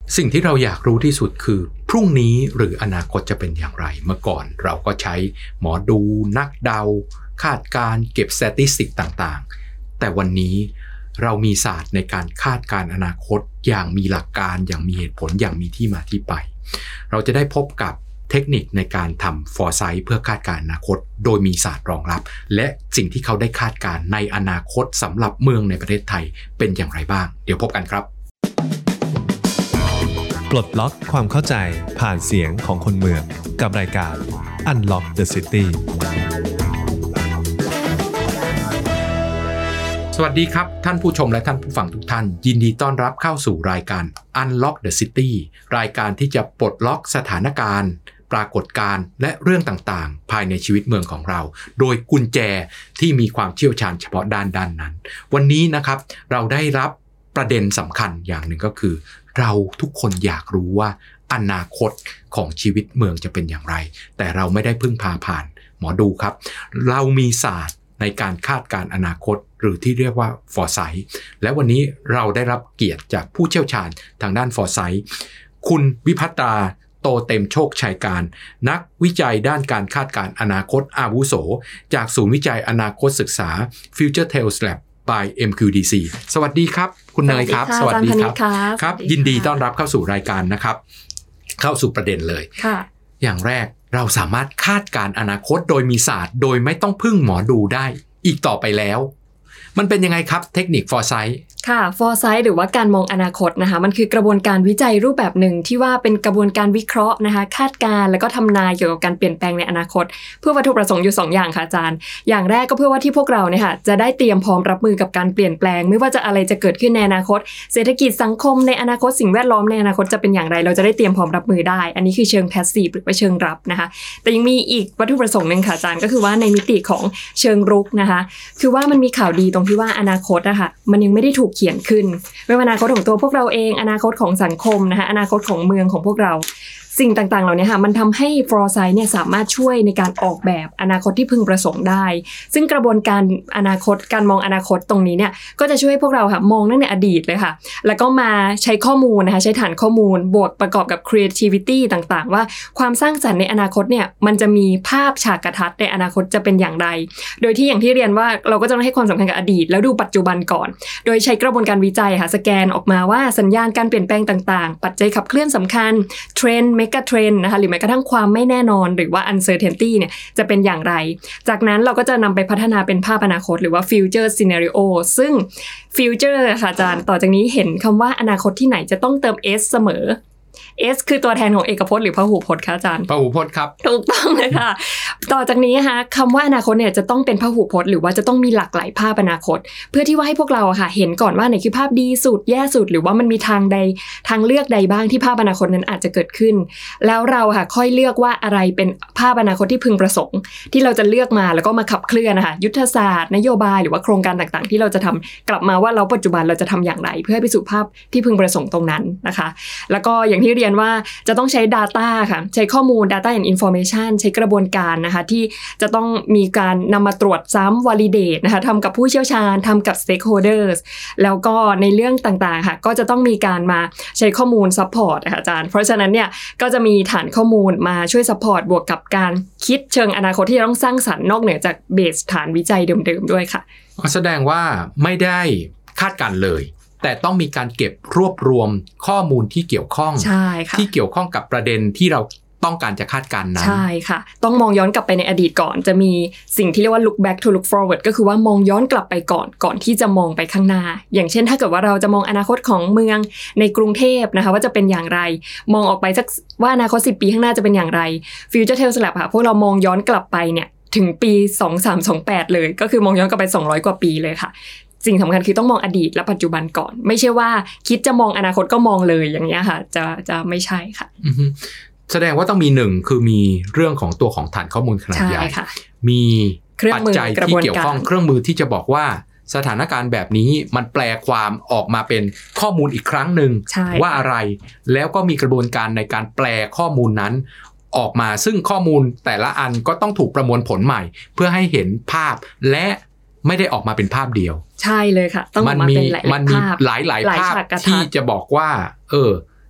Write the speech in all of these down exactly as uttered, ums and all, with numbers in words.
สิ่งที่เราอยากรู้ที่สุดคือพรุ่งนี้หรืออนาคตจะเป็นอย่างไรเมื่อก่อนเราก็ใช้หมอดูนักเดาคาดการเก็บสถิติต่างๆแต่วันนี้เรามีศาสตร์ในการคาดการอนาคตอย่างมีหลักการอย่างมีเหตุผลอย่างมีที่มาที่ไปเราจะได้พบกับเทคนิคในการทำ foresight เพื่อคาดการอนาคตโดยมีศาสตร์รองรับและสิ่งที่เขาได้คาดการในอนาคตสำหรับเมืองในประเทศไทยเป็นอย่างไรบ้างเดี๋ยวพบกันครับปลดล็อกความเข้าใจผ่านเสียงของคนเมืองกับรายการ Unlock the City สวัสดีครับท่านผู้ชมและท่านผู้ฟังทุกท่านยินดีต้อนรับเข้าสู่รายการ Unlock the City รายการที่จะปลดล็อกสถานการณ์ปรากฏการณ์และเรื่องต่างๆภายในชีวิตเมืองของเราโดยกุญแจที่มีความเชี่ยวชาญเฉพาะด้านด้านนั้นวันนี้นะครับเราได้รับประเด็นสำคัญอย่างหนึ่งก็คือเราทุกคนอยากรู้ว่าอนาคตของชีวิตเมืองจะเป็นอย่างไรแต่เราไม่ได้พึ่งพาผ่านหมอดูครับเรามีศาสตร์ในการคาดการณ์อนาคตหรือที่เรียกว่า foresight และวันนี้เราได้รับเกียรติจากผู้เชี่ยวชาญทางด้าน foresight คุณวิภัตราโตเต็มโชคชัยการนักวิจัยด้านการคาดการณ์อนาคตอาวุโสจากศูนย์วิจัยอนาคตศึกษา Future Tales Lab by เอ็ม คิว ดี ซี สวัสดีครับคุณเนยครับสวัสดีครับครับยินดีต้อนรับเข้าสู่รายการนะครับเข้าสู่ประเด็นเลยอย่างแรกเราสามารถคาดการณ์อนาคตโดยมีศาสตร์โดยไม่ต้องพึ่งหมอดูได้อีกต่อไปแล้วมันเป็นยังไงครับเทคนิค foresight ค่ะ foresight หรือว่าการมองอนาคตนะคะมันคือกระบวนการวิจัยรูปแบบหนึ่งที่ว่าเป็นกระบวนการวิเคราะห์นะคะคาดการณ์แล้วก็ทำนายเกี่ยวกับการเปลี่ยนแปลงในอนาคตเพื่อวัตถุประสงค์อยู่สองอย่างค่ะอาจารย์อย่างแรกก็เพื่อว่าที่พวกเราเนี่ยค่ะจะได้เตรียมพร้อมรับมือกับการเปลี่ยนแปลงไม่ว่าจะอะไรจะเกิดขึ้นในอนาคตเศรษฐกิจสังคมในอนาคตสิ่งแวดล้อมในอนาคตจะเป็นอย่างไรเราจะได้เตรียมพร้อมรับมือได้อันนี้คือเชิง passive หรือว่าเชิงรับนะคะแต่ยังมีอีกวัตถุประสงค์นึงค่ะอาจารย์ก็คือว่าในมิติของเชิงรุกนะคะคือว่ามันมีข่าวดีตรงที่ว่าอนาคตอะค่ะมันยังไม่ได้ถูกเขียนขึ้นไม่ว่าอนาคตของตัวพวกเราเองอนาคตของสังคมนะคะอนาคตของเมืองของพวกเราสิ่งต่างๆเหล่านี้ค่ะมันทำให้ foresight เนี่ยสามารถช่วยในการออกแบบอนาคตที่พึงประสงค์ได้ซึ่งกระบวนการอนาคตการมองอนาคตตรงนี้เนี่ยก็จะช่วยพวกเราค่ะมองตั้งแต่อดีตเลยค่ะแล้วก็มาใช้ข้อมูลนะคะใช้ฐานข้อมูลบวกประกอบกับ creativity ต่างๆว่าความสร้างสรรค์ในอนาคตเนี่ยมันจะมีภาพฉากทัศน์ในอนาคตจะเป็นอย่างไรโดยที่อย่างที่เรียนว่าเราก็จะต้องให้ความสำคัญกับอดีตแล้วดูปัจจุบันก่อนโดยใช้กระบวนการวิจัยค่ะสแกนออกมาว่าสัญญาณการเปลี่ยนแปลงต่างๆปัจจัยขับเคลื่อนสำคัญเทรนด์กเทรนด์นะคะหรือแม้กระทั่งความไม่แน่นอนหรือว่า uncertainty เนี่ยจะเป็นอย่างไรจากนั้นเราก็จะนำไปพัฒนาเป็นภาพอนาคตหรือว่า future scenario ซึ่ง future ค่ะอาจารย์ต่อจากนี้เห็นคำว่าอนาคตที่ไหนจะต้องเติม s เสมอS คือตัวแทนของเอกพจน์หรือพหูพจน์คะอาจารย์พหูพจน์ครับถูกต้องเลยค่ะต่อจากนี้นะคะคำว่าอนาคตเนี่ยจะต้องเป็นพหูพจน์หรือว่าจะต้องมีหลากหลายภาพอนาคตเพื่อที่ว่าให้พวกเราค่ะเห็นก่อนว่าไหนคือภาพดีสุดแย่สุดหรือว่ามันมีทางใดทางเลือกใดบ้างที่ภาพอนาคตนั้นอาจจะเกิดขึ้นแล้วเราค่ะค่อยเลือกว่าอะไรเป็นภาพอนาคตที่พึงประสงค์ที่เราจะเลือกมาแล้วก็มาขับเคลื่อนนะคะยุทธศาสตร์นโยบายหรือว่าโครงการต่างๆที่เราจะทำกลับมาว่าเราปัจจุบันเราจะทำอย่างไรเพื่อให้ไปสู่ภาพที่พึงประสงค์ตรงนั้นนะคะแล้วก็อย่างที่เรียนว่าจะต้องใช้ data ค่ะใช้ข้อมูล data and information ใช้กระบวนการนะคะที่จะต้องมีการนำมาตรวจซ้ำ validate นะคะทำกับผู้เชี่ยวชาญทำกับ stakeholders แล้วก็ในเรื่องต่างๆค่ะก็จะต้องมีการมาใช้ข้อมูล support นะคะอาจารย์เพราะฉะนั้นเนี่ยก็จะมีฐานข้อมูลมาช่วย support บวกกับการคิดเชิงอนาคตที่จะต้องสร้างสรรค์นอกเหนือจาก base ฐานวิจัยเดิมๆด้วยค่ะแสดงว่าไม่ได้คาดการณ์เลยแต่ต้องมีการเก็บรวบรวมข้อมูลที่เกี่ยวข้องที่เกี่ยวข้องกับประเด็นที่เราต้องการจะคาดการณ์นั้นใช่ค่ะต้องมองย้อนกลับไปในอดีตก่อนจะมีสิ่งที่เรียกว่า look back to look forward ก็คือว่ามองย้อนกลับไปก่อนก่อนที่จะมองไปข้างหน้าอย่างเช่นถ้าเกิดว่าเราจะมองอนาคตของเมืองในกรุงเทพนะคะว่าจะเป็นอย่างไรมองออกไปสักว่าอนาคตสิบปีข้างหน้าจะเป็นอย่างไร Future Tales Lab ค่ะพวกเรามองย้อนกลับไปเนี่ยถึงปีสองพันสามร้อยยี่สิบแปดเลยก็คือมองย้อนกลับไปสองร้อยกว่าปีเลยค่ะสิ่งสำคัญคือต้องมองอดีตและปัจจุบันก่อนไม่ใช่ว่าคิดจะมองอนาคตก็มองเลยอย่างเงี้ยค่ะจะจะไม่ใช่ค่ะแสดงว่าต้องมีหนึ่งคือมีเรื่องของตัวของฐานข้อมูลขนาดใหญ่มีปัจจัยที่เกี่ยวข้องเครื่องมือที่จะบอกว่าสถานการณ์แบบนี้มันแปลความออกมาเป็นข้อมูลอีกครั้งหนึ่งว่าอะไรแล้วก็มีกระบวนการในการแปลข้อมูลนั้นออกมาซึ่งข้อมูลแต่ละอันก็ต้องถูกประมวลผลใหม่เพื่อให้เห็นภาพและไม่ได้ออกมาเป็นภาพเดียวใช่เลยค่ะต้องออกมาเป็นหลายๆภาพหลายหลายภาพที่จะบอกว่าเออ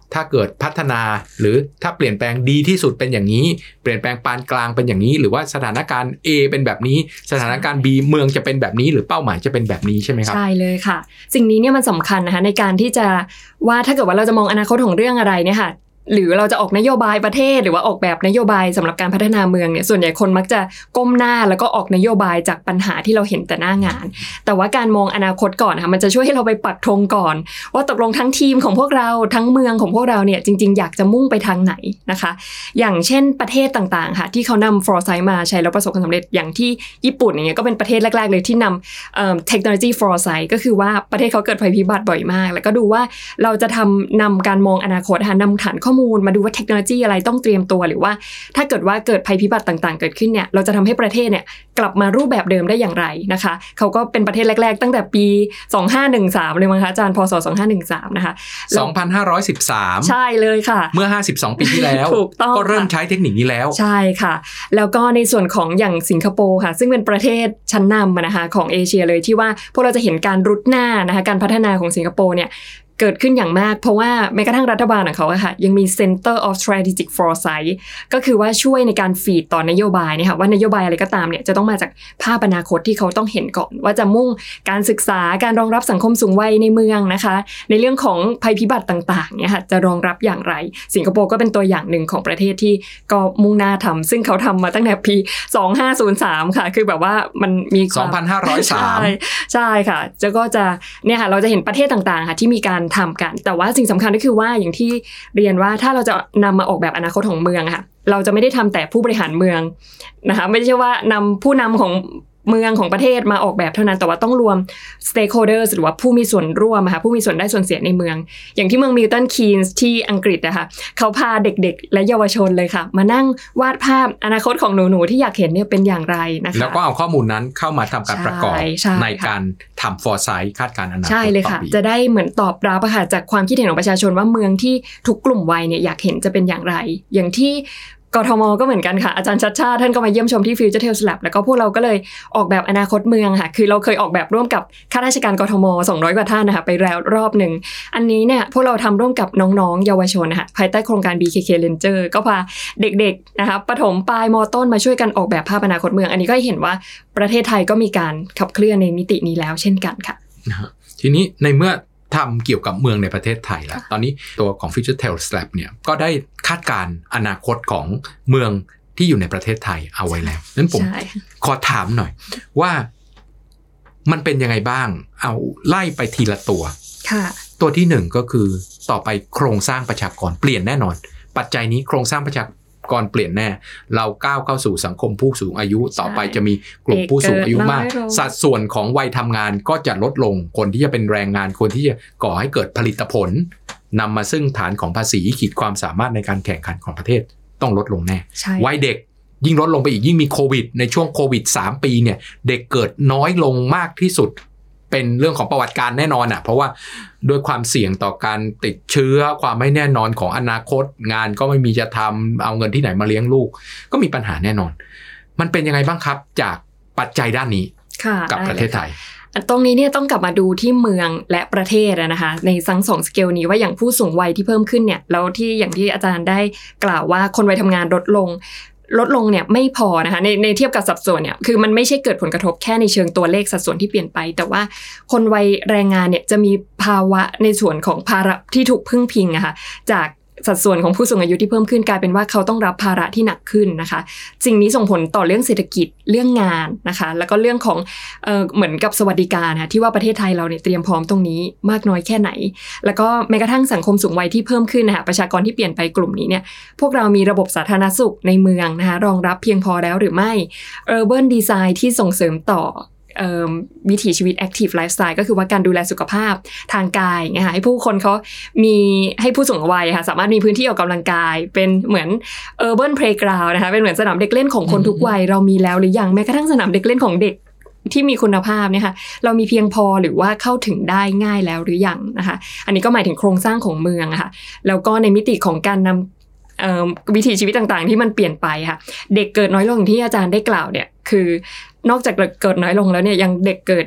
ถ้าเกิดพัฒนาหรือถ้าเปลี่ยนแปลงดีที่สุดเป็นอย่างนี้เปลี่ยนแปลงปานกลางเป็นอย่างนี้หรือว่าสถานการณ์ A เป็นแบบนี้สถานการณ์ B เมืองจะเป็นแบบนี้หรือเป้าหมายจะเป็นแบบนี้ใช่ไหมครับใช่เลยค่ะสิ่งนี้เนี่ยมันสำคัญนะคะในการที่จะว่าถ้าเกิดว่าเราจะมองอนาคตของเรื่องอะไรเนี่ยค่ะหรือเราจะออกนโยบายประเทศหรือว่าออกแบบนโยบายสำหรับการพัฒนาเมืองเนี่ยส่วนใหญ่คนมักจะก้มหน้าแล้วก็ออกนโยบายจากปัญหาที่เราเห็นแต่หน้างานแต่ว่าการมองอนาคตก่อนนะคะมันจะช่วยให้เราไปปักธงก่อนว่าตกลงทั้งทีมของพวกเราทั้งเมืองของพวกเราเนี่ยจริงๆอยากจะมุ่งไปทางไหนนะคะอย่างเช่นประเทศต่างๆค่ะที่เขานำ foresight มาใช้แล้วประสบความสำเร็จอย่างที่ญี่ปุ่นอย่างเงี้ยก็เป็นประเทศแรกๆเลยที่นำเอ่อ technology foresight ก็คือว่าประเทศเขาเกิดภัยพิบัติบ่อยมากแล้วก็ดูว่าเราจะทำนำการมองอนาคตค่ะนำฐานข้อมูลมาดูว่าเทคโนโลยีอะไรต้องเตรียมตัวหรือว่าถ้าเกิดว่าเกิดภัยพิบัติต่างๆเกิดขึ้นเนี่ยเราจะทำให้ประเทศเนี่ยกลับมารูปแบบเดิมได้อย่างไรนะคะเขาก็เป็นประเทศแรกๆตั้งแต่ปีสองพันห้าร้อยสิบสามเลยมั้งคะอาจารย์พศสองพันห้าร้อยสิบสามนะคะสองพันห้าร้อยสิบสามใช่เลยค่ะเมื่อห้าสิบสองปีที่แล้ว ก็เริ่มใช้เทคนิคนี้แล้วใช่ค่ะแล้วก็ในส่วนของอย่างสิงคโปร์ค่ะซึ่งเป็นประเทศชั้นนำนะคะของเอเชียเลยที่ว่าพวกเราจะเห็นการรุดหน้านะคะการพัฒนาของสิงคโปร์เนี่ยเกิดขึ้นอย่างมากเพราะว่าแม้กระทั่งรัฐบาลของเขาอะค่ะยังมี Center of Strategic Foresight ก็คือว่าช่วยในการฟีดต่อนโยบายเนี่ยค่ะว่านโยบายอะไรก็ตามเนี่ยจะต้องมาจากภาพอนาคตที่เขาต้องเห็นก่อนว่าจะมุ่งการศึกษาการรองรับสังคมสูงวัยในเมืองนะคะในเรื่องของภัยพิบัติต่างๆเนี่ยค่ะจะรองรับอย่างไรสิงคโปร์ก็เป็นตัวอย่างหนึ่งของประเทศที่ก็มุ่งหน้าทำซึ่งเขาทำมาตั้งแต่ปีสองพันห้าร้อยสามค่ะคือแบบว่ามันมีสองพันห้าร้อยสามใช่ใช่ค่ะจะก็จะเนี่ยค่ะเราจะเห็นประเทศต่างๆค่ะที่มีการทำกันแต่ว่าสิ่งสำคัญก็คือว่าอย่างที่เรียนว่าถ้าเราจะนำมาออกแบบอนาคตของเมืองค่ะเราจะไม่ได้ทำแต่ผู้บริหารเมืองนะคะไม่ใช่ว่านำผู้นำของเมืองของประเทศมาออกแบบเท่านั้นแต่ว่าต้องรวม stakeholders หรือว่าผู้มีส่วนร่วมค่ะผู้มีส่วนได้ส่วนเสียในเมืองอย่างที่เมืองมิลตันคีนส์ที่อังกฤษนะคะเขาพาเด็กๆและเยาวชนเลยค่ะมานั่งวาดภาพอนาคตของหนูๆที่อยากเห็นเนี่ยเป็นอย่างไรนะคะแล้วก็เอาข้อมูลนั้นเข้ามาทำการประกอบใ, ในการทำ foresight คาดการณ์อนาคตใช่เลยค่ะจะได้เหมือนตอบรับค่ะจากความคิดเห็นของประชาชนว่าเมืองที่ทุกกลุ่มวัยเนี่ยอยากเห็นจะเป็นอย่างไรอย่างที่กทมก็เหมือนกันค่ะอาจารย์ชัชชาติท่านก็มาเยี่ยมชมที่ Future Tales Lab แล้วก็พวกเราก็เลยออกแบบอนาคตเมืองค่ะคือเราเคยออกแบบร่วมกับข้าราชการกทมสองร้อยกว่าท่านนะคะไปแล้วรอบนึงอันนี้เนี่ยพวกเราทำร่วมกับน้องๆเยาวชนนะคะภายใต้โครงการ บี เค เค Ranger ก็พาเด็กๆนะคะประถมปลายม.ต้นมาช่วยกันออกแบบภาพอนาคตเมืองอันนี้ก็เห็นว่าประเทศไทยก็มีการขับเคลื่อนในมิตินี้แล้วเช่นกันค่ะทีนี้ในเมื่อทำเกี่ยวกับเมืองในประเทศไทยแล้วตอนนี้ตัวของ Future Tales Lab เนี่ยก็ได้คาดการณ์อนาคตของเมืองที่อยู่ในประเทศไทยเอาไว้แล้วนั้นผมขอถามหน่อยว่ามันเป็นยังไงบ้างเอาไล่ไปทีละตัวตัวที่หนึ่งก็คือต่อไปโครงสร้างประชากรเปลี่ยนแน่นอนปัจจัยนี้โครงสร้างประชากรเปลี่ยนแน่เราก้าวเข้าสู่สังคมผู้สูงอายุต่อไปจะมีกลุ่มผู้สูงอายุมากสัดส่วนของวัยทำงานก็จะลดลงคนที่จะเป็นแรงงานคนที่จะก่อให้เกิดผลิตผลนำมาซึ่งฐานของภาษีขีดความสามารถในการแข่งขันของประเทศต้องลดลงแน่วัยเด็กยิ่งลดลงไปอีกยิ่งมีโควิดในช่วงโควิดสามปีเนี่ยเด็กเกิดน้อยลงมากที่สุดเป็นเรื่องของประวัติการแน่นอนอ่ะเพราะว่าด้วยความเสี่ยงต่อการติดเชื้อความไม่แน่นอนของอนาคตงานก็ไม่มีจะทำเอาเงินที่ไหนมาเลี้ยงลูกก็มีปัญหาแน่นอนมันเป็นยังไงบ้างครับจากปัจจัยด้านนี้กับประเทศไทยตรงนี้เนี่ยต้องกลับมาดูที่เมืองและประเทศนะคะในทั้งสองสเกลนี้ว่าอย่างผู้สูงวัยที่เพิ่มขึ้นเนี่ยแล้วที่อย่างที่อาจารย์ได้กล่าวว่าคนวัยทำงานลดลงลดลงเนี่ยไม่พอนะคะในในเทียบกับสัดส่วนเนี่ยคือมันไม่ใช่เกิดผลกระทบแค่ในเชิงตัวเลขสัดส่วนที่เปลี่ยนไปแต่ว่าคนวัยแรงงานเนี่ยจะมีภาวะในส่วนของภาระที่ถูกพึ่งพิงอะค่ะจากสัดส่วนของผู้สูงอายุที่เพิ่มขึ้นกลายเป็นว่าเขาต้องรับภาระที่หนักขึ้นนะคะสิ่งนี้ส่งผลต่อเรื่องเศรษฐกิจเรื่องงานนะคะแล้วก็เรื่องของเอ่อเหมือนกับสวัสดิการนะที่ว่าประเทศไทยเราเนี่ยเตรียมพร้อมตรงนี้มากน้อยแค่ไหนแล้วก็แม้กระทั่งสังคมสูงวัยที่เพิ่มขึ้นนะคะประชากรที่เปลี่ยนไปกลุ่มนี้เนี่ยพวกเรามีระบบสาธารณสุขในเมืองนะคะรองรับเพียงพอแล้วหรือไม่ Urban Design ที่ส่งเสริมต่อวิถีชีวิต Active Lifestyle ก็คือว่าการดูแลสุขภาพทางกายนะคะให้ผู้คนเขามีให้ผู้สูงวัยค่ะสามารถมีพื้นที่ออกกำลังกายเป็นเหมือน Urban Playground นะคะเป็นเหมือนสนามเด็กเล่นของคนทุกวัยเรามีแล้วหรือยังแม้กระทั่งสนามเด็กเล่นของเด็กที่มีคุณภาพเนี่ยค่ะเรามีเพียงพอหรือว่าเข้าถึงได้ง่ายแล้วหรือยังนะคะอันนี้ก็หมายถึงโครงสร้างของเมืองค่ะแล้วก็ในมิติของการนำวิถีชีวิตต่างๆที่มันเปลี่ยนไปค่ะเด็กเกิดน้อยลงที่อาจารย์ได้กล่าวเนี่ยคือนอกจากเกิดน้อยลงแล้วเนี่ยยังเด็กเกิด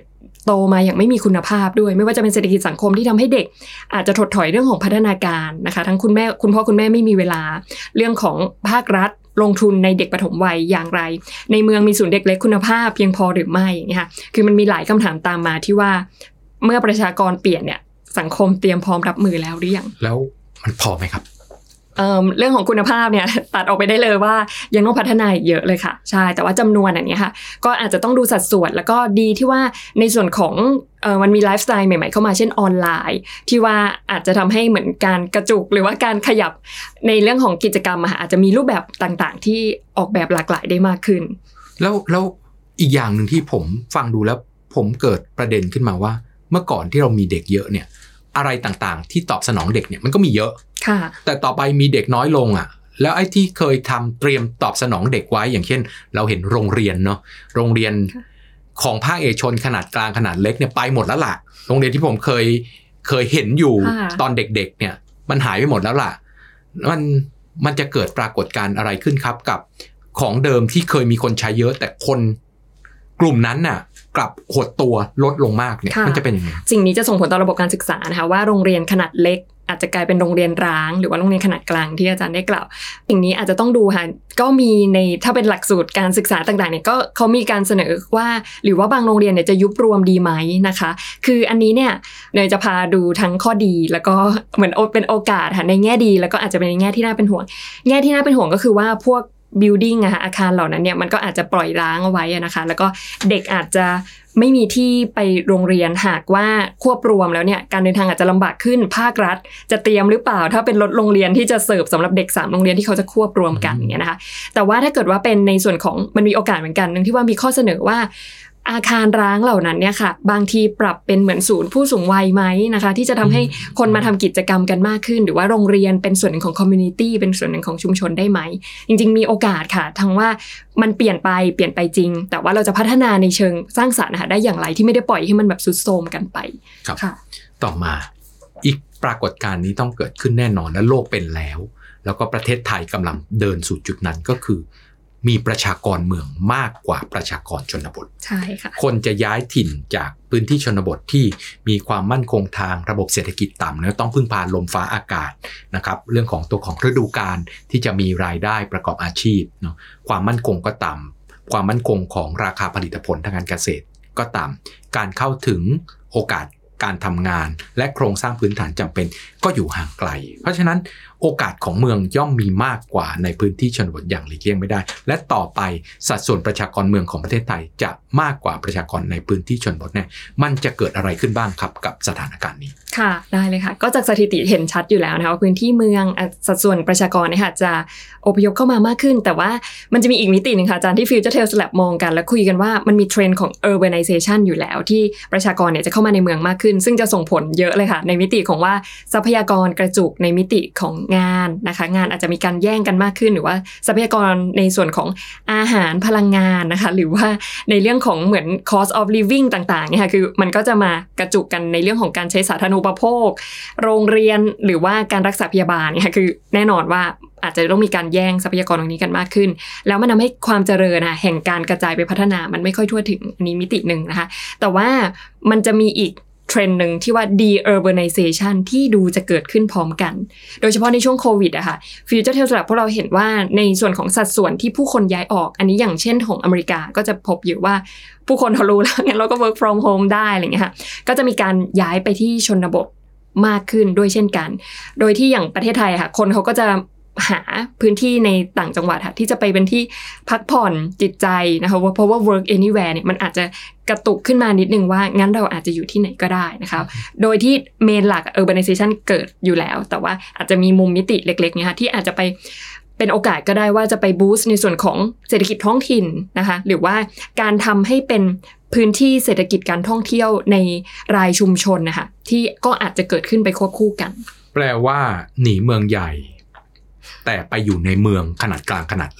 โตมาอย่างไม่มีคุณภาพด้วยไม่ว่าจะเป็นเศรษฐกิจสังคมที่ทำให้เด็กอาจจะถดถอยเรื่องของพัฒนาการนะคะทั้งคุณแม่คุณพ่อคุณแม่ไม่มีเวลาเรื่องของภาครัฐลงทุนในเด็กปฐมวัยอย่างไรในเมืองมีศูนย์เด็กเล็กคุณภาพเพียงพอหรือไม่อย่างเงี้ยค่ะคือมันมีหลายคำถามตามมาที่ว่าเมื่อประชากรเปลี่ยนเนี่ยสังคมเตรียมพร้อมรับมือแล้วหรือยังแล้วมันพอไหมครับเอ่อเรื่องของคุณภาพเนี่ยตัดออกไปได้เลยว่ายังต้องพัฒนาอีกเยอะเลยค่ะใช่แต่ว่าจำนวนอันนี้ค่ะก็อาจจะต้องดูสัดส่วนแล้วก็ดีที่ว่าในส่วนของเอ่อมันมีไลฟ์สไตล์ใหม่ๆเข้ามาเช่นออนไลน์ที่ว่าอาจจะทำให้เหมือนการกระจุกหรือว่าการขยับในเรื่องของกิจกรรมอะอาจจะมีรูปแบบต่างๆที่ออกแบบหลากหลายได้มากขึ้นแล้วแล้วอีกอย่างนึงที่ผมฟังดูแล้วผมเกิดประเด็นขึ้นมาว่าเมื่อก่อนที่เรามีเด็กเยอะเนี่ยอะไรต่างๆที่ตอบสนองเด็กเนี่ยมันก็มีเยอะแต่ต่อไปมีเด็กน้อยลงอ่ะแล้วไอ้ที่เคยทำเตรียมตอบสนองเด็กไว้อย่างเช่นเราเห็นโรงเรียนเนาะโรงเรียนของภาคเอกชนขนาดกลางขนาดเล็กเนี่ยไปหมดแล้วล่ะโรงเรียนที่ผมเคยเคยเห็นอยู่ตอนเด็กๆเนี่ยมันหายไปหมดแล้วล่ะมันมันจะเกิดปรากฏการณ์อะไรขึ้นครับกับของเดิมที่เคยมีคนใช้เยอะแต่คนกลุ่มนั้นน่ะกลับหดตัวลดลงมากเนี่ยมันจะเป็นยังไงสิ่งนี้จะส่งผลต่อระบบการศึกษานะคะว่าโรงเรียนขนาดเล็กอาจจะกลายเป็นโรงเรียนร้างหรือว่าโรงเรียนขนาดกลางที่อาจารย์ได้กล่าวสิ่งนี้อาจจะต้องดูค่ะก็มีในถ้าเป็นหลักสูตรการศึกษาต่างๆเนี่ยก็เขามีการเสนอว่าหรือว่าบางโรงเรียนเนี่ยจะยุบรวมดีไหมนะคะคืออันนี้เนี่ยเนยจะพาดูทั้งข้อดีแล้วก็เหมือนเป็นโอกาสค่ะในแง่ดีแล้วก็อาจจะเป็นในแง่ที่น่าเป็นห่วงแง่ที่น่าเป็นห่วงก็คือว่าพวกbuilding อะค่ะอาคารเหล่านั้นเนี่ยมันก็อาจจะปล่อยร้างเอาไว้นะคะแล้วก็เด็กอาจจะไม่มีที่ไปโรงเรียนหากว่าควบรวมแล้วเนี่ยการเดินทางอาจจะลำบากขึ้นภาครัฐจะเตรียมหรือเปล่าถ้าเป็นรถโรงเรียนที่จะเสิร์ฟสำหรับเด็กสามโรงเรียนที่เขาจะควบรวมกันอย่างเงี้ยนะคะแต่ว่าถ้าเกิดว่าเป็นในส่วนของมันมีโอกาสเหมือนกันนึงที่ว่ามีข้อเสนอว่าอาคารร้างเหล่านั้นเนี่ยค่ะบางทีปรับเป็นเหมือนศูนย์ผู้สูงวัยไหมนะคะที่จะทำให้คนมาทำกิจกรรมกันมากขึ้นหรือว่าโรงเรียนเป็นส่วนหนึ่งของคอมมูนิตี้เป็นส่วนหนึ่งของชุมชนได้ไหมจริงๆมีโอกาสค่ะทั้งว่ามันเปลี่ยนไปเปลี่ยนไปจริงแต่ว่าเราจะพัฒนาในเชิงสร้างสรรค์นะคะได้อย่างไรที่ไม่ได้ปล่อยให้มันแบบทรุดโทรมกันไปครับต่อมาอีกปรากฏการณ์นี้ต้องเกิดขึ้นแน่นอนและโลกเป็นแล้วแล้วก็ประเทศไทยกำลังเดินสู่จุดนั้นก็คือมีประชากรเมืองมากกว่าประชากรชนบทใช่ค่ะคนจะย้ายถิ่นจากพื้นที่ชนบทที่มีความมั่นคงทางระบบเศรษฐกิจต่ำแล้วต้องพึ่งพาลมฟ้าอากาศนะครับเรื่องของตัวของฤดูกาลที่จะมีรายได้ประกอบอาชีพเนาะความมั่นคงก็ต่ำความมั่นคงของราคาผลิตผลทางการเกษตรก็ต่ำการเข้าถึงโอกาสการทำงานและโครงสร้างพื้นฐานจำเป็นก็อยู่ห่างไกลเพราะฉะนั้นโอกาสของเมืองย่อมมีมากกว่าในพื้นที่ชนบทอย่างหลีกเลี่ยงไม่ได้และต่อไปสัดส่วนประชากรเมืองของประเทศไทยจะมากกว่าประชากรในพื้นที่ชนบทแน่มันจะเกิดอะไรขึ้นบ้างครับกับสถานการณ์นี้ค่ะได้เลยค่ะก็จากสถิติเห็นชัดอยู่แล้วนะคะว่าพื้นที่เมืองสัดส่วนประชากรเนี่ยค่ะจะอพยพเข้ามามากขึ้นแต่ว่ามันจะมีอีกมิตินึงค่ะอาจารย์ที่ Future Tales Lab มองกันและคุยกันว่ามันมีเทรนด์ของ urbanization อยู่แล้วที่ประชากรเนี่ยจะเข้ามาในเมืองมากขึ้นซึ่งจะส่งผลเยอะเลยค่ะในมิติของว่าทรัพยากรกระจุกในมิติของงานนะคะงานอาจจะมีการแย่งกันมากขึ้นหรือว่าทรัพยากรในส่วนของอาหารพลังงานนะคะหรือว่าในเรื่องของเหมือน cost of living ต่างๆเนี่ยค่ะคือมันก็จะมากระจุกกันในเรื่องของการใช้สาธารณูปโภคโรงเรียนหรือว่าการรักษาพยาบาลเนี่ยค่ะคือแน่นอนว่าอาจจะต้องมีการแย่งทรัพยากรตรงนี้กันมากขึ้นแล้วมันทำให้ความเจริญนะแห่งการกระจายไปพัฒนามันไม่ค่อยทั่วถึงอันนี้มิติหนึ่งนะคะแต่ว่ามันจะมีอีกเทรนด์หนึ่งที่ว่า de-urbanization ที่ดูจะเกิดขึ้นพร้อมกันโดยเฉพาะในช่วงโควิดอะค่ะ Future Tales Lab พวกเราเห็นว่าในส่วนของสัดส่วนที่ผู้คนย้ายออกอันนี้อย่างเช่นของอเมริกาก็จะพบอยู่ว่าผู้คนเขารู้แล้วงั้นเราก็ work from home ได้อะไรอย่างเงี้ยค่ะก็จะมีการย้ายไปที่ชนบทมากขึ้นด้วยเช่นกันโดยที่อย่างประเทศไทยค่ะคนเขาก็จะหาพื้นที่ในต่างจังหวัดค่ะที่จะไปเป็นที่พักผ่อนจิตใจนะคะเพราะว่า work anywhere เนี่ยมันอาจจะกระตุกขึ้นมานิดนึงว่างั้นเราอาจจะอยู่ที่ไหนก็ได้นะคะโดยที่เมนหลัก urbanization เกิดอยู่แล้วแต่ว่าอาจจะมีมุมมิติเล็กๆเนี่ยค่ะที่อาจจะไปเป็นโอกาสก็ได้ว่าจะไปบูสต์ในส่วนของเศรษฐกิจท้องถิ่นนะคะหรือว่าการทำให้เป็นพื้นที่เศรษฐกิจการท่องเที่ยวในรายชุมชนนะคะที่ก็อาจจะเกิดขึ้นไปควบคู่กันแปลว่าหนีเมืองใหญ่แต่ไปอยู่ในเมืองขนาดกลางขนาดเล็ก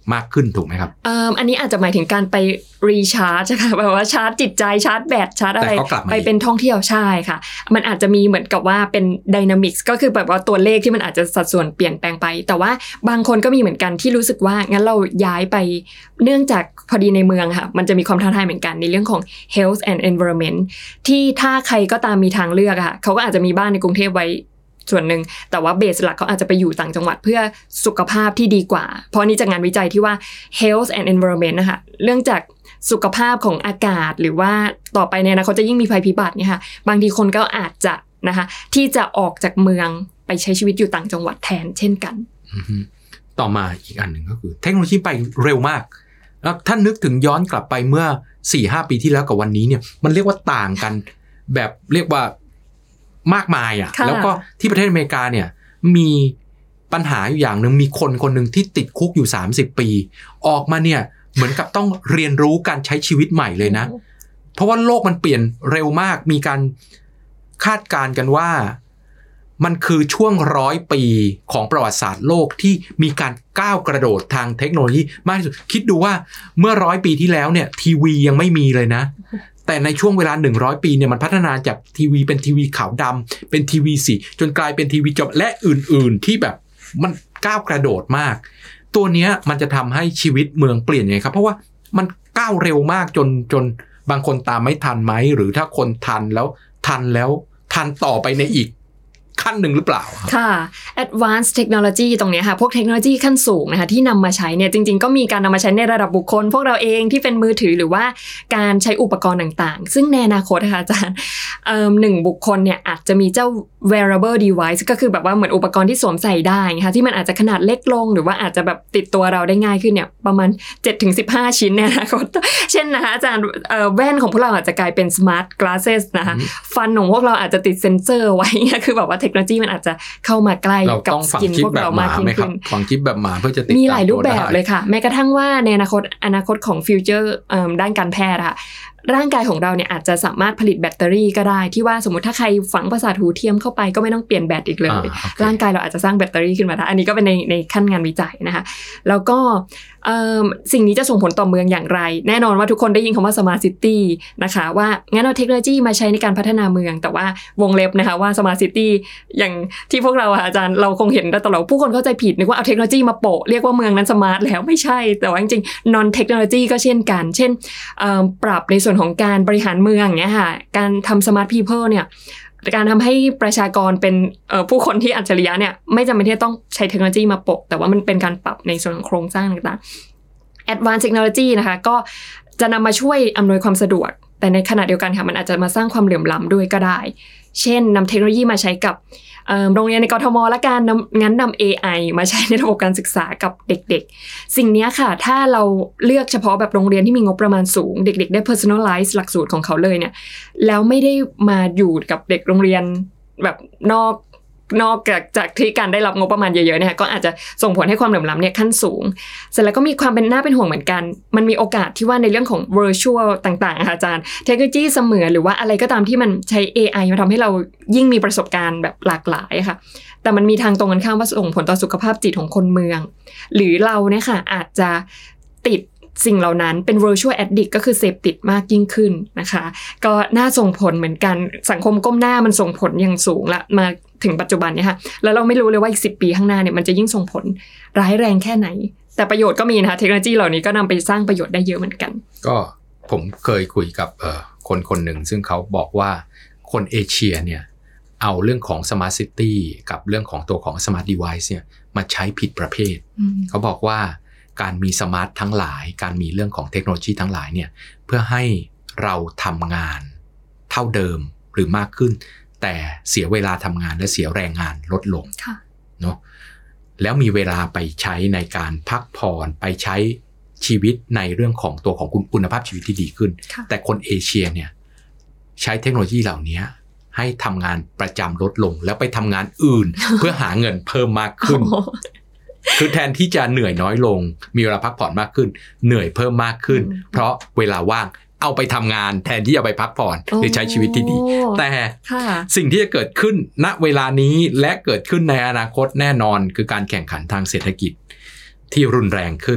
มากขึ้นถูกไหมครับเอ่ออันนี้อาจจะหมายถึงการไปรีชาร์จค่ะแบบว่าชาร์จจิตใจชาร์จแบตชาร์จอะไรไปเป็นท่องเที่ยวใช่ค่ะมันอาจจะมีเหมือนกับว่าเป็นไดนามิกส์ก็คือแบบว่าตัวเลขที่มันอาจจะสัดส่วนเปลี่ยนแปลงไปแต่ว่าบางคนก็มีเหมือนกันที่รู้สึกว่างั้นเราย้ายไปเนื่องจากพอดีในเมืองค่ะมันจะมีความท้าทายเหมือนกันในเรื่องของ health and environment ที่ถ้าใครก็ตามมีทางเลือกค่ะเขาก็อาจจะมีบ้านในกรุงเทพไว้ส่วนหนึ่งแต่ว่าเบสหลักเขาอาจจะไปอยู่ต่างจังหวัดเพื่อสุขภาพที่ดีกว่าเพราะนี่จากงานวิจัยที่ว่า health and environment นะคะเรื่องจากสุขภาพของอากาศหรือว่าต่อไปเนี่ยนะเขาจะยิ่งมีภัยพิบัติเนี่ยค่ะบางทีคนก็อาจจะนะคะที่จะออกจากเมืองไปใช้ชีวิตอยู่ต่างจังหวัดแทนเช่นกันต่อมาอีกอันหนึ่งก็คือเทคโนโลยีไปเร็วมากแล้วท่านนึกถึงย้อนกลับไปเมื่อ สี่ห้า ปีที่แล้วกับวันนี้เนี่ยมันเรียกว่าต่างกันแบบเรียกว่ามากมายอ่ะแล้วก็ที่ประเทศอเมริกาเนี่ยมีปัญหาอยู่อย่างนึงมีคนคนนึงที่ติดคุกอยู่สามสิบปีออกมาเนี่ยเหมือนกับต้องเรียนรู้การใช้ชีวิตใหม่เลยนะเพราะว่าโลกมันเปลี่ยนเร็วมากมีการคาดการณ์กันว่ามันคือช่วงร้อยปีของประวัติศาสตร์โลกที่มีการก้าวกระโดดทางเทคโนโลยีมากที่สุดคิดดูว่าเมื่อร้อยปีที่แล้วเนี่ยทีวียังไม่มีเลยนะแต่ในช่วงเวลาหนึ่งร้อยปีเนี่ยมันพัฒนาจากทีวีเป็นทีวีขาวดำเป็นทีวีสีจนกลายเป็นทีวีจอและอื่นๆที่แบบมันก้าวกระโดดมากตัวเนี้ยมันจะทำให้ชีวิตเมืองเปลี่ยนยังไงครับเพราะว่ามันก้าวเร็วมากจนจนบางคนตามไม่ทันไหมหรือถ้าคนทันแล้วทันแล้วทันต่อไปในอีกขั้นหนึ่งหรือเปล่าค่ะ advanced technology ตรงนี้ค่ะพวกเทคโนโลยีขั้นสูงนะคะที่นำมาใช้เนี่ยจริงๆก็มีการนำมาใช้ในระดับบุคคลพวกเราเองที่เป็นมือถือหรือว่าการใช้อุปกรณ์ต่างๆซึ่งในอนาคตนะคะอาจารย์เอ่อหนึ่งบุคคลเนี่ยอาจจะมีเจ้า wearable device ก็คือแบบว่าเหมือนอุปกรณ์ที่สวมใส่ได้นะคะที่มันอาจจะขนาดเล็กลงหรือว่าอาจจะแบบติดตัวเราได้ง่ายขึ้นเนี่ยประมาณ เจ็ดถึงสิบห้า ชิ้นในอนาคตเช่นนะคะอาจารย์เอ่อแว่นของพวกเราอาจจะกลายเป็น smart glasses นะคะฟันของพวกเราอาจจะติดเซ็นเซอร์ไว้คือแบบว่าเทคโนโลยีมันอาจจะเข้ามาใกล้กับสกินพวกเรามากขึ้นขึ้นฝังชิปแบบหมาเพื่อจะติดมีหลายรูปแบบเลยค่ะแม้กระทั่งว่าในอนาคตอนาคตของฟิวเจอร์ด้านการแพทย์ค่ะร่างกายของเราเนี่ยอาจจะสามารถผลิตแบตเตอรี่ก็ได้ที่ว่าสมมติถ้าใครฝังประสาทหูเทียมเข้าไปก็ไม่ต้องเปลี่ยนแบตอีกเลยร่างกายเราอาจจะสร้างแบตเตอรี่ขึ้นมาได้อันนี้ก็เป็นในในขั้นงานวิจัยนะคะแล้วก็สิ่งนี้จะส่งผลต่อเมืองอย่างไรแน่นอนว่าทุกคนได้ยินคำว่า smart city นะคะว่างั้นเอาเทคโนโลยีมาใช้ในการพัฒนาเมืองแต่ว่าวงเล็บนะคะว่า smart city อย่างที่พวกเราอาจารย์เราคงเห็นตลอดผู้คนเข้าใจผิดนึกว่าเอาเทคโนโลยีมาโปะเรียกว่าเมืองนั้นสมาร์ทแล้วไม่ใช่แต่ว่าจริงๆ non technology ก็เช่นกันเช่นปรับในส่วนของการบริหารเมืองอย่างเงี้ยค่ะการทำ smart people เนี่ยการทำให้ประชากรเป็นผู้คนที่อัจฉริยะเนี่ยไม่จำเป็นที่จะต้องใช้เทคโนโลยีมาโปะแต่ว่ามันเป็นการปรับในส่วนของโครงสร้างต่างๆ advanced technology นะคะก็จะนำมาช่วยอำนวยความสะดวกแต่ในขณะเดียวกันค่ะมันอาจจะมาสร้างความเหลื่อมล้ำด้วยก็ได้เช่นนำเทคโนโลยีมาใช้กับโรงเรียนในกทมและการนำงั้นนำ เอ ไอ มาใช้ในระบบการศึกษากับเด็กๆสิ่งนี้ค่ะถ้าเราเลือกเฉพาะแบบโรงเรียนที่มีงบประมาณสูงเด็กๆได้ personalize หลักสูตรของเขาเลยเนี่ยแล้วไม่ได้มาอยู่กับเด็กโรงเรียนแบบนอกนอกจากจากที่การได้รับงบประมาณเยอะๆเนี่ยก็อาจจะส่งผลให้ความเหลื่อมล้ำเนี่ยขั้นสูงเสร็จแล้วก็มีความเป็นหน้าเป็นห่วงเหมือนกันมันมีโอกาสที่ว่าในเรื่องของ virtual ต่างๆอาจารย์เทคโนโลยีเสมือนหรือว่าอะไรก็ตามที่มันใช้ เอ ไอ มาทำให้เรายิ่งมีประสบการณ์แบบหลากหลายค่ะแต่มันมีทางตรงกันข้ามว่าส่งผลต่อสุขภาพจิตของคนเมืองหรือเราเนี่ยค่ะอาจจะติดสิ่งเหล่านั้นเป็น virtual addict ก็คือเสพติดมากยิ่งขึ้นนะคะก็น่าส่งผลเหมือนกันสังคมก้มหน้ามันส่งผลอย่างสูงละมาถึงปัจจุบันเนี่ยค่ะแล้วเราไม่รู้เลยว่าอีกสิบปีข้างหน้าเนี่ยมันจะยิ่งส่งผลร้ายแรงแค่ไหนแต่ประโยชน์ก็มีนะคะเทคโนโลยีเหล่านี้ก็นำไปสร้างประโยชน์ได้เยอะเหมือนกันก็ผมเคยคุยกับเอ่อคนคนหนึ่งซึ่งเขาบอกว่าคนเอเชียเนี่ยเอาเรื่องของ smart city กับเรื่องของตัวของ smart device เนี่ยมาใช้ผิดประเภทเขาบอกว่าการมีสมาร์ททั้งหลายการมีเรื่องของเทคโนโลยีทั้งหลายเนี่ยเพื่อให้เราทำงานเท่าเดิมหรือมากขึ้นแต่เสียเวลาทำงานและเสียแรงงานลดลงเนาะแล้วมีเวลาไปใช้ในการพักผ่อนไปใช้ชีวิตในเรื่องของตัวของคุณภาพชีวิตที่ดีขึ้นแต่คนเอเชียเนี่ยใช้เทคโนโลยีเหล่านี้ให้ทำงานประจำลดลงแล้วไปทำงานอื่น เพื่อหาเงินเพิ่มมากขึ้น คือแทนที่จะเหนื่อยน้อยลงมีเวลาพักผ่อนมากขึ้นเหนื่อยเพิ่มมากขึ้นเพราะเวลาว่างเอาไปทำงานแทนที่จะไปพักผ่อนหรือใช้ชีวิตที่ดีแต่สิ่งที่จะเกิดขึ้นณเวลานี้และเกิดขึ้นในอนาคตแน่นอนคือการแข่งขันทางเศรษฐกิจที่รุนแรงขึ้น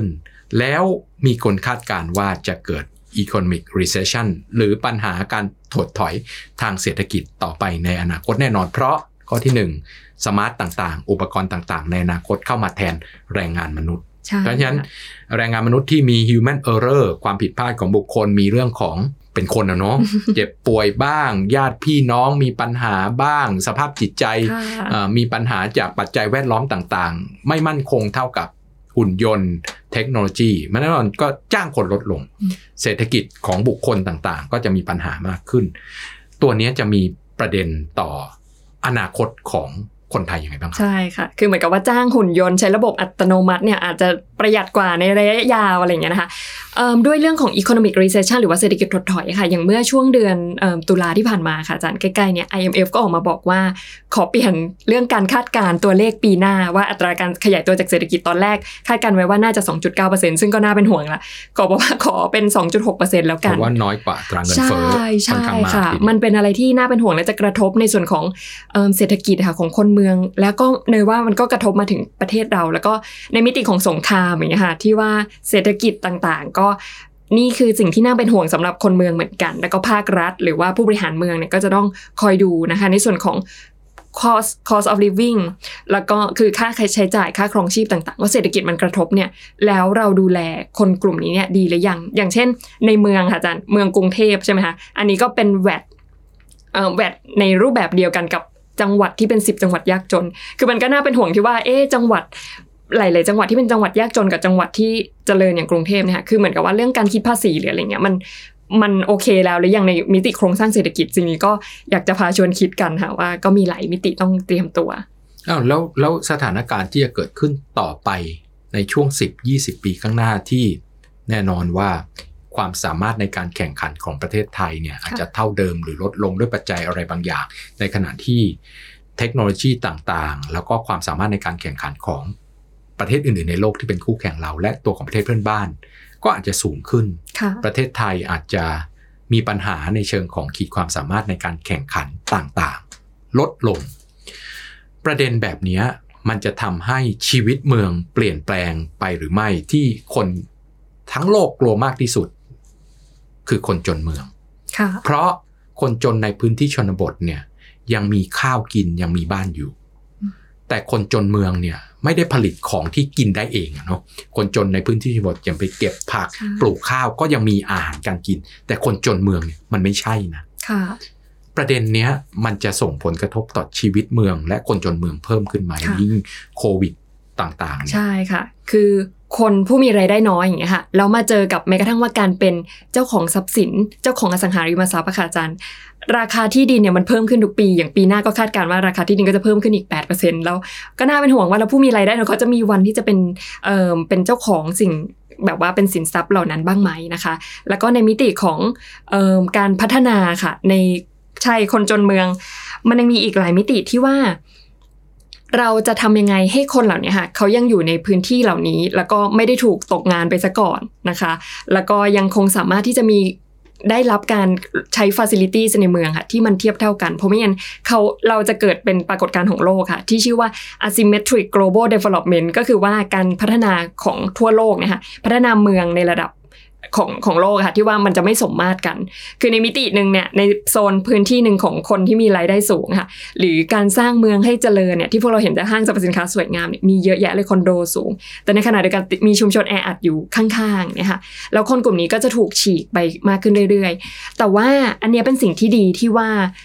แล้วมีคนคาดการณ์ว่าจะเกิด economic recession หรือปัญหาการถดถอยทางเศรษฐกิจต่อไปในอนาคตแน่นอนเพราะข้อที่หนึ่งสมาร์ตต่างๆอุปกรณ์ต่างๆในอนาคตเข้ามาแทนแรงงานมนุษย์เพราะฉะนั้นแรงงานมนุษย์ที่มี human error ความผิดพลาดของบุคคลมีเรื่องของเป็นคนนะเนาะ เจ็บป่วยบ้างญาติพี่น้องมีปัญหาบ้างสภาพจิตใจมีปัญหาจากปัจจัยแวดล้อมต่างๆไม่มั่นคงเท่ากับหุ่นยนต์เทคโนโลยีมันแน่นอนก็จ้างคนลดลงเศรษฐกิจของบุคคลต่างๆก็จะมีปัญหามากขึ้นตัวนี้จะมีประเด็นต่ออนาคตของคนไทยยังไงบ้างครับใช่ค่ะคือเหมือนกับว่าจ้างหุ่นยนต์ใช้ระบบอัตโนมัติเนี่ยอาจจะประหยัดกว่าในระยะยาวอะไรอย่างเงี้ยนะคะด้วยเรื่องของ economic recession หรือว่าเศรษฐกิจถดถอยค่ะอย่างเมื่อช่วงเดือนตุลาที่ผ่านมาค่ะอาจารย์ใกล้ๆเนี่ย ไอ เอ็ม เอฟ ก็ออกมาบอกว่าขอเปลี่ยนเรื่องการคาดการณ์ตัวเลขปีหน้าว่าอัตราการขยายตัวจากเศรษฐกิจตอนแรกคาดการไว้ว่าน่าจะ สองจุดเก้าเปอร์เซ็นต์ ซึ่งก็น่าเป็นห่วงละขอบอกว่าขอเป็น สองจุดหกเปอร์เซ็นต์ แล้วกันเพราะว่าน้อยกว่าอัตราเงินเฟ้อค่อนข้างมากค่ะมันเป็นอะไรที่น่าเป็นห่วงและจะกระทบในส่วนของเศรษฐกิจค่ะของคนเมืองแล้วก็เนยว่ามันก็กระทบมาถึงประเทศเราแล้วก็ในมิติของสงครามอย่างเงี้ยค่ะที่ว่าเศรษฐกิจต่างๆก็นี่คือสิ่งที่น่าเป็นห่วงสำหรับคนเมืองเหมือนกันแล้วก็ภาครัฐหรือว่าผู้บริหารเมืองเนี่ยก็จะต้องคอยดูนะคะในส่วนของ cost cost of living แล้วก็คือค่าใช้จ่ายค่าครองชีพต่างๆว่าเศรษฐกิจมันกระทบเนี่ยแล้วเราดูแลคนกลุ่มนี้เนี่ยดีหรือยังอย่างเช่นในเมืองค่ะอาจารย์เมืองกรุงเทพใช่ไหมคะอันนี้ก็เป็น แวต เอ่อ แวต ในรูปแบบเดียวกันกับจังหวัดที่เป็นสิบจังหวัดยากจนคือมันก็น่าเป็นห่วงที่ว่าเอ๊ะจังหวัดหลายๆจังหวัดที่เป็นจังหวัดยากจนกับจังหวัดที่เจริญอย่างกรุงเทพเนี่ยคือเหมือนกับว่าเรื่องการคิดภาษีหรืออะไรเงี้ยมันมันโอเคแล้วหรือยังในมิติโครงสร้างเศรษฐกิจสิ่งนี้ก็อยากจะพาชวนคิดกันค่ะว่าก็มีหลายมิติต้องเตรียมตัวอ้าวแล้วแล้วสถานการณ์ที่จะเกิดขึ้นต่อไปในช่วง สิบถึงยี่สิบ ปีข้างหน้าที่แน่นอนว่าความสามารถในการแข่งขันของประเทศไทยเนี่ยอาจจะเท่าเดิมหรือลดลงด้วยปัจจัยอะไรบางอย่างในขณะที่เทคโนโลยีต่างๆแล้วก็ความสามารถในการแข่งขันของประเทศอื่นๆในโลกที่เป็นคู่แข่งเราและตัวของประเทศเพื่อนบ้านก็อาจจะสูงขึ้นประเทศไทยอาจจะมีปัญหาในเชิงของขีดความสามารถในการแข่งขันต่างๆลดลงประเด็นแบบนี้มันจะทำให้ชีวิตเมืองเปลี่ยนแปลงไปหรือไม่ที่คนทั้งโลกกลัวมากที่สุดคือคนจนเมืองเพราะคนจนในพื้นที่ชนบทเนี่ยยังมีข้าวกินยังมีบ้านอยู่แต่คนจนเมืองเนี่ยไม่ได้ผลิตของที่กินได้เองเนาะคนจนในพื้นที่ชนบทยังไปเก็บผักปลูกข้าวก็ยังมีอาหารการกินแต่คนจนเมืองเนี่ยมันไม่ใช่นะประเด็นเนี้ยมันจะส่งผลกระทบต่อชีวิตเมืองและคนจนเมืองเพิ่มขึ้นไหมยิ่งโควิดต่างๆใช่ค่ะคือคนผู้มีรายได้น้อยอย่างเงี้ยค่ะแล้วมาเจอกับแม้กระทั่งว่าการเป็นเจ้าของทรัพย์สินเจ้าของอสังหาริมทรัพย์ค่ะอาจารย์ราคาที่ดินเนี่ยมันเพิ่มขึ้นทุกปีอย่างปีหน้าก็คาดการณ์ว่าราคาที่ดินก็จะเพิ่มขึ้นอีก แปดเปอร์เซ็นต์ แล้วก็น่าเป็นห่วงว่าแล้วผู้มีรายได้เขาจะมีวันที่จะเป็นเอ่อเป็นเจ้าของสิ่งแบบว่าเป็นสินทรัพย์เหล่านั้นบ้างไหมนะคะแล้วก็ในมิติของเอ่อการพัฒนาค่ะในใช่คนจนเมืองมันยังมีอีกหลายมิติที่ว่าเราจะทำยังไงให้คนเหล่านี้ค่ะเขายังอยู่ในพื้นที่เหล่านี้แล้วก็ไม่ได้ถูกตกงานไปซะก่อนนะคะแล้วก็ยังคงสามารถที่จะมีได้รับการใช้ facilities ในเมืองค่ะที่มันเทียบเท่ากันเพราะไม่งั้นเขาเราจะเกิดเป็นปรากฏการณ์ของโลกค่ะที่ชื่อว่า asymmetric global development ก็คือว่าการพัฒนาของทั่วโลกนะคะพัฒนาเมืองในระดับของของโลกค่ะที่ว่ามันจะไม่สมมาตรกันคือในมิตินึงเนี่ยในโซนพื้นที่นึงของคนที่มีรายได้สูงค่ะหรือการสร้างเมืองให้เจริญเนี่ยที่พวกเราเห็นแต่ห้างสรรพสินค้าสวยงามเนี่ยมีเยอะแยะเลยคอนโดสูงแต่ในขณะเดียวกันมีชุมชนแออัดอยู่ข้างๆเนี่ยค่ะแล้วคนกลุ่มนี้ก็จะถูกฉีกไปมากขึ้นเรื่อยๆแต่ว่าอันนี้เป็นสิ่งที่ดีที่ว่า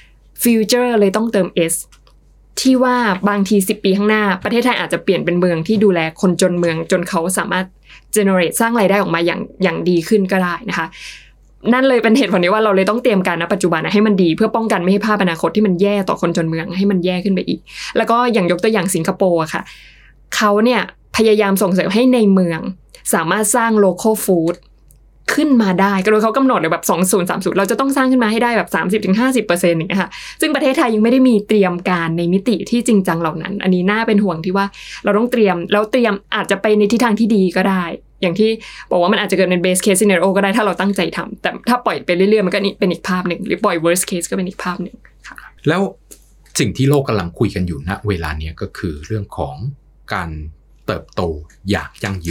future เลยต้องเติม S ที่ว่าบางทีสิบปีข้างหน้าประเทศไทยอาจจะเปลี่ยนเป็นเมืองที่ดูแลคนจนเมืองจนเขาสามารถgenerate สร้างรายได้ออกมาอย่างอย่างดีขึ้นก็ได้นะคะนั่นเลยเป็นเหตุผลที่ว่าเราเลยต้องเตรียมการณปัจจุบันให้มันดีเพื่อป้องกันไม่ให้ภาพอนาคตที่มันแย่ต่อคนจนเมืองให้มันแย่ขึ้นไปอีกแล้วก็อย่างยกตัวอย่างสิงคโปร์ค่ะเขาเนี่ยพยายามส่งเสริมให้ในเมืองสามารถสร้าง local food ขึ้นมาได้ก็โดยเขากำหนดเลยแบบสองพันสามสิบเราจะต้องสร้างขึ้นมาให้ได้แบบ สามสิบถึงห้าสิบเปอร์เซ็นต์ อย่างเงี้ยค่ะซึ่งประเทศไทยยังไม่ได้มีเตรียมการในมิติที่จริงจังเหล่านั้นอันนี้น่าเป็นห่วงที่ว่าเราต้องเตรียมแล้วเตรียมอาจจะไปในทิศทางที่ดีก็ได้อย่างที่บอกว่ามันอาจจะเกิดเป็น base case scenario ก็ได้ถ้าเราตั้งใจทำแต่ถ้าปล่อยไปเรื่อยๆมันก็เป็นอีกภาพหนึ่งหรือปล่อย worst case ก็เป็นอีกภาพหนึ่งค่ะแล้วสิ่งที่โลกกำลังคุยกันอยู่ณเวลานี้ก็คือเรื่องของการเติบโตอย่างยั่งยืน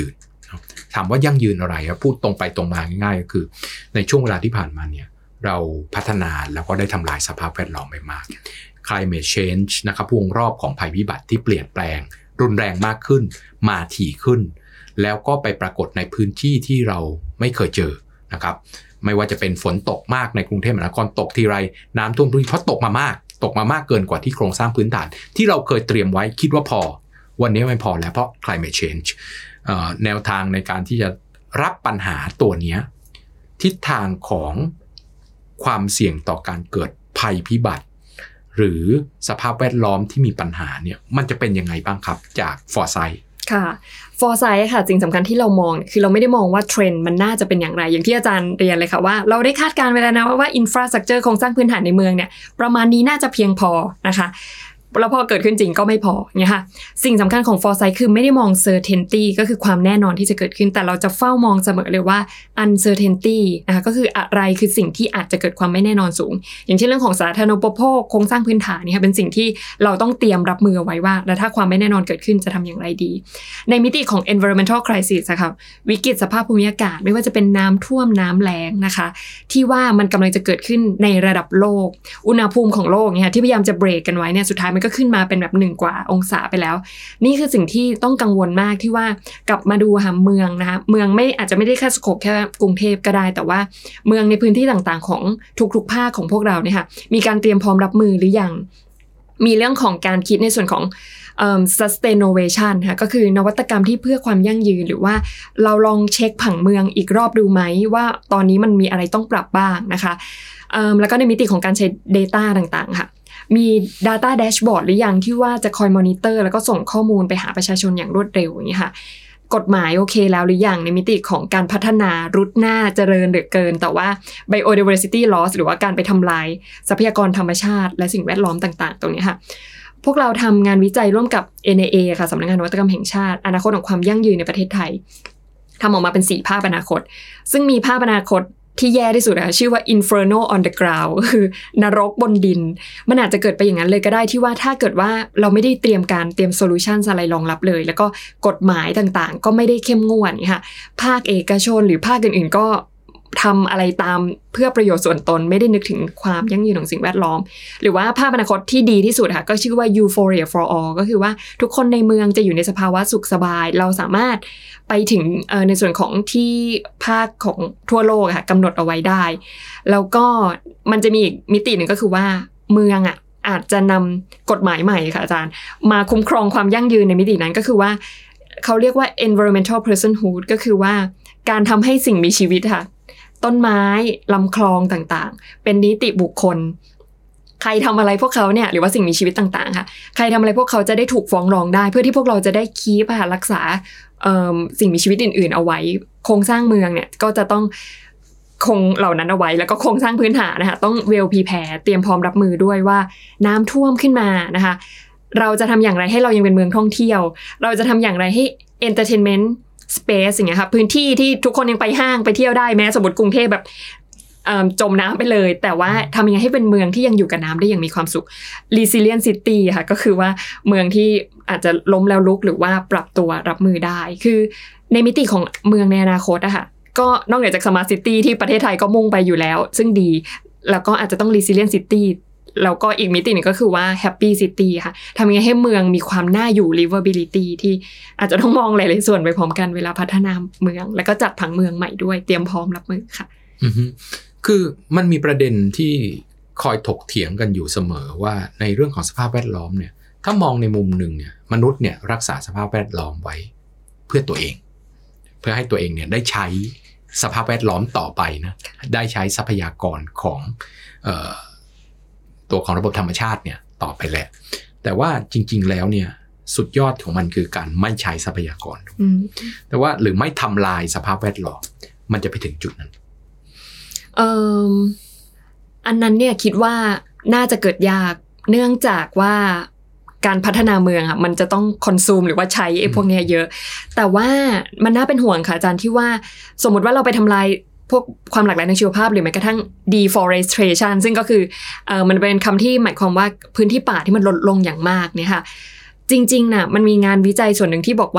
ถามว่ายั่งยืนอะไรครับพูดตรงไปตรงมาง่ายๆก็คือในช่วงเวลาที่ผ่านมาเนี่ยเราพัฒนาแล้วก็ได้ทำลายสภาพแวดล้อมไปมาก climate change นะครับวงรอบของภัยพิบัติที่เปลี่ยนแปลงรุนแรงมากขึ้นมาถี่ขึ้นแล้วก็ไปปรากฏในพื้นที่ที่เราไม่เคยเจอนะครับไม่ว่าจะเป็นฝนตกมากในกรุงเทพมหานครตกทีไรน้ำท่วมทุกทีเพราะตกมามากตกมามากเกินกว่าที่โครงสร้างพื้นฐานที่เราเคยเตรียมไว้คิดว่าพอวันนี้ไม่พอแล้วเพราะ climate change แนวทางในการที่จะรับปัญหาตัวนี้ทิศทางของความเสี่ยงต่อการเกิดภัยพิบัติหรือสภาพแวดล้อมที่มีปัญหาเนี่ยมันจะเป็นยังไงบ้างครับจาก Foresight ค่ะฟอร์ไซต์ค่ะสิ่งสำคัญที่เรามองคือเราไม่ได้มองว่าเทรนด์มันน่าจะเป็นอย่างไรอย่างที่อาจารย์เรียนเลยค่ะว่าเราได้คาดการณ์ไว้แล้วนะว่าอินฟราสตรัคเจอร์โครงสร้างพื้นฐานในเมืองเนี่ยประมาณนี้น่าจะเพียงพอนะคะแล้วพอเกิดขึ้นจริงก็ไม่พอเนี่ยค่ะสิ่งสำคัญของ Foresight คือไม่ได้มอง certainty ก็คือความแน่นอนที่จะเกิดขึ้นแต่เราจะเฝ้ามองเสมอเลยว่า uncertainty นะคะก็คืออะไรคือสิ่งที่อาจจะเกิดความไม่แน่นอนสูงอย่างเช่นเรื่องของสาธารณูปโภคโครงสร้างพื้นฐานนี่ค่ะเป็นสิ่งที่เราต้องเตรียมรับมือไว้ว่าแล้วถ้าความไม่แน่นอนเกิดขึ้นจะทำอย่างไรดีในมิติของ environmental crisis นะคะวิกฤตสภาพภูมิอากาศไม่ว่าจะเป็นน้ำท่วมน้ำแล้งนะคะที่ว่ามันกำลังจะเกิดขึ้นในระดับโลกอุณหภูมิของโลกเนี่ยที่พยายามจะเบรกกันไว้เนี่ยสุดท้ายมันก็ขึ้นมาเป็นแบบหนึ่งกว่าองศาไปแล้วนี่คือสิ่งที่ต้องกังวลมากที่ว่ากลับมาดูหาเมืองนะคะเมืองไม่อาจจะไม่ได้แค่สโคปแค่กรุงเทพก็ได้แต่ว่าเมืองในพื้นที่ต่างๆของทุกๆภาคของพวกเราเนี่ยค่ะมีการเตรียมพร้อมรับมือหรือยังมีเรื่องของการคิดในส่วนของเอ่อ sustaination ค่ะก็คือนวัตกรรมที่เพื่อความยั่งยืนหรือว่าเราลองเช็คผังเมืองอีกรอบดูไหมว่าตอนนี้มันมีอะไรต้องปรับบ้างนะคะเอ่อแล้วก็ในมิติของการใช้ data ต่างๆค่ะมี data dashboard หรือยังที่ว่าจะคอยมอนิเตอร์แล้วก็ส่งข้อมูลไปหาประชาชนอย่างรวดเร็วอย่างนี้ค่ะกฎหมายโอเคแล้วหรือยังในมิติของการพัฒนารุดหน้าเจริญเหลือเกินแต่ว่า biodiversity loss หรือว่าการไปทำลายทรัพยากรธรรมชาติและสิ่งแวดล้อมต่างๆตรงนี้ค่ะพวกเราทำงานวิจัยร่วมกับ เอ็น ไอ เอ ค่ะสำนักงานนวัตกรรมแห่งชาติอนาคตของความยั่งยืนในประเทศไทยทำออกมาเป็นสี่ภาพอนาคตซึ่งมีภาพอนาคตที่แย่ที่สุดนะคะชื่อว่า Inferno on the ground คือนรกบนดินมันอาจจะเกิดไปอย่างนั้นเลยก็ได้ที่ว่าถ้าเกิดว่าเราไม่ได้เตรียมการเตรียมโซลูชันอะไรรองรับเลยแล้วก็กฎหมายต่างๆก็ไม่ได้เข้มงวดนี่ค่ะภาคเอกชนหรือภาคอื่นๆก็ทำอะไรตามเพื่อประโยชน์ส่วนตนไม่ได้นึกถึงความยั่งยืนของสิ่งแวดล้อมหรือว่าภาพอนาคตที่ดีที่สุดค่ะก็ชื่อว่า Euphoria for all ก็คือว่าทุกคนในเมืองจะอยู่ในสภาวะสุขสบายเราสามารถไปถึงในส่วนของที่ภาคของทั่วโลกค่ะกำหนดเอาไว้ได้แล้วก็มันจะมีอีกมิติหนึ่งก็คือว่าเมืองอ่ะอาจจะนำกฎหมายใหม่ค่ะอาจารย์มาคุ้มครองความยั่งยืนในมิตินั้นก็คือว่าเขาเรียกว่า environmental personhood ก็คือว่าการทำให้สิ่งมีชีวิตค่ะต้นไม้ลำคลองต่างๆเป็นนิติบุคคลใครทำอะไรพวกเขาเนี่ยหรือว่าสิ่งมีชีวิตต่างๆค่ะใครทำอะไรพวกเขาจะได้ถูกฟ้องร้องได้เพื่อที่พวกเราจะได้คีปรักษาสิ่งมีชีวิตอื่นๆเอาไว้โครงสร้างเมืองเนี่ยก็จะต้องคงเหล่านั้นเอาไว้แล้วก็โครงสร้างพื้นฐานนะคะต้อง well prepare เตรียมพร้อมรับมือด้วยว่าน้ำท่วมขึ้นมานะคะเราจะทำอย่างไรให้เรายังเป็นเมืองท่องเที่ยวเราจะทำอย่างไรให้ entertainment space อย่างเงี้ยค่ะพื้นที่ที่ทุกคนยังไปห้างไปเที่ยวได้แม้สมมติกรุงเทพแบบจมน้ำไปเลยแต่ว่าทำยังไงให้เป็นเมืองที่ยังอยู่กับน้ำได้อย่างมีความสุข resilient city ค่ะก็คือว่าเมืองที่อาจจะล้มแล้วลุกหรือว่าปรับตัวรับมือได้คือในมิติของเมืองในอนาคตอะค่ะก็นอกเหนือจาก smart city ที่ประเทศไทยก็มุ่งไปอยู่แล้วซึ่งดีแล้วก็อาจจะต้อง resilient cityแล้วก็อีกมิติหนึ่งก็คือว่า happy city ค่ะทำยังไงให้เมืองมีความน่าอยู่ livability ที่อาจจะต้องมองหลายๆส่วนไปพร้อมกันเวลาพัฒนาเมืองแล้วก็จัดผังเมืองใหม่ด้วยเตรียมพร้อมรับมือค่ะคือมันมีประเด็นที่คอยถกเถียงกันอยู่เสมอว่าในเรื่องของสภาพแวดล้อมเนี่ยถ้ามองในมุมหนึ่งเนี่ยมนุษย์เนี่ยรักษาสภาพแวดล้อมไว้เพื่อตัวเองเพื่อให้ตัวเองเนี่ยได้ใช้สภาพแวดล้อมต่อไปนะได้ใช้ทรัพยากรของเอ่อตัวของระบบธรรมชาติเนี่ยต่อไปแหละแต่ว่าจริงๆแล้วเนี่ยสุดยอดของมันคือการไม่ใช้ทรัพยากรแต่ว่าหรือไม่ทำลายสภาพแวดล้อมมันจะไปถึงจุดนั้นเอ่ออันนั้นเนี่ยคิดว่าน่าจะเกิดยากเนื่องจากว่าการพัฒนาเมืองค่ะมันจะต้องคอนซูมหรือว่าใช้ไอ้พวกนี้เยอะแต่ว่ามันน่าเป็นห่วงค่ะอาจารย์ที่ว่าสมมติว่าเราไปทำลายพวกความหลากหลายทางชีวภาพหรือแม้กระทั่ง deforestation ซึ่งก็คือเอ่อมันเป็นคำที่หมายความว่าพื้นที่ป่าที่มันลดลงอย่างมากเนี่ยค่ะจริงๆน่ะมันมีงานวิจัยส่วนหนึ่งที่บอกว่า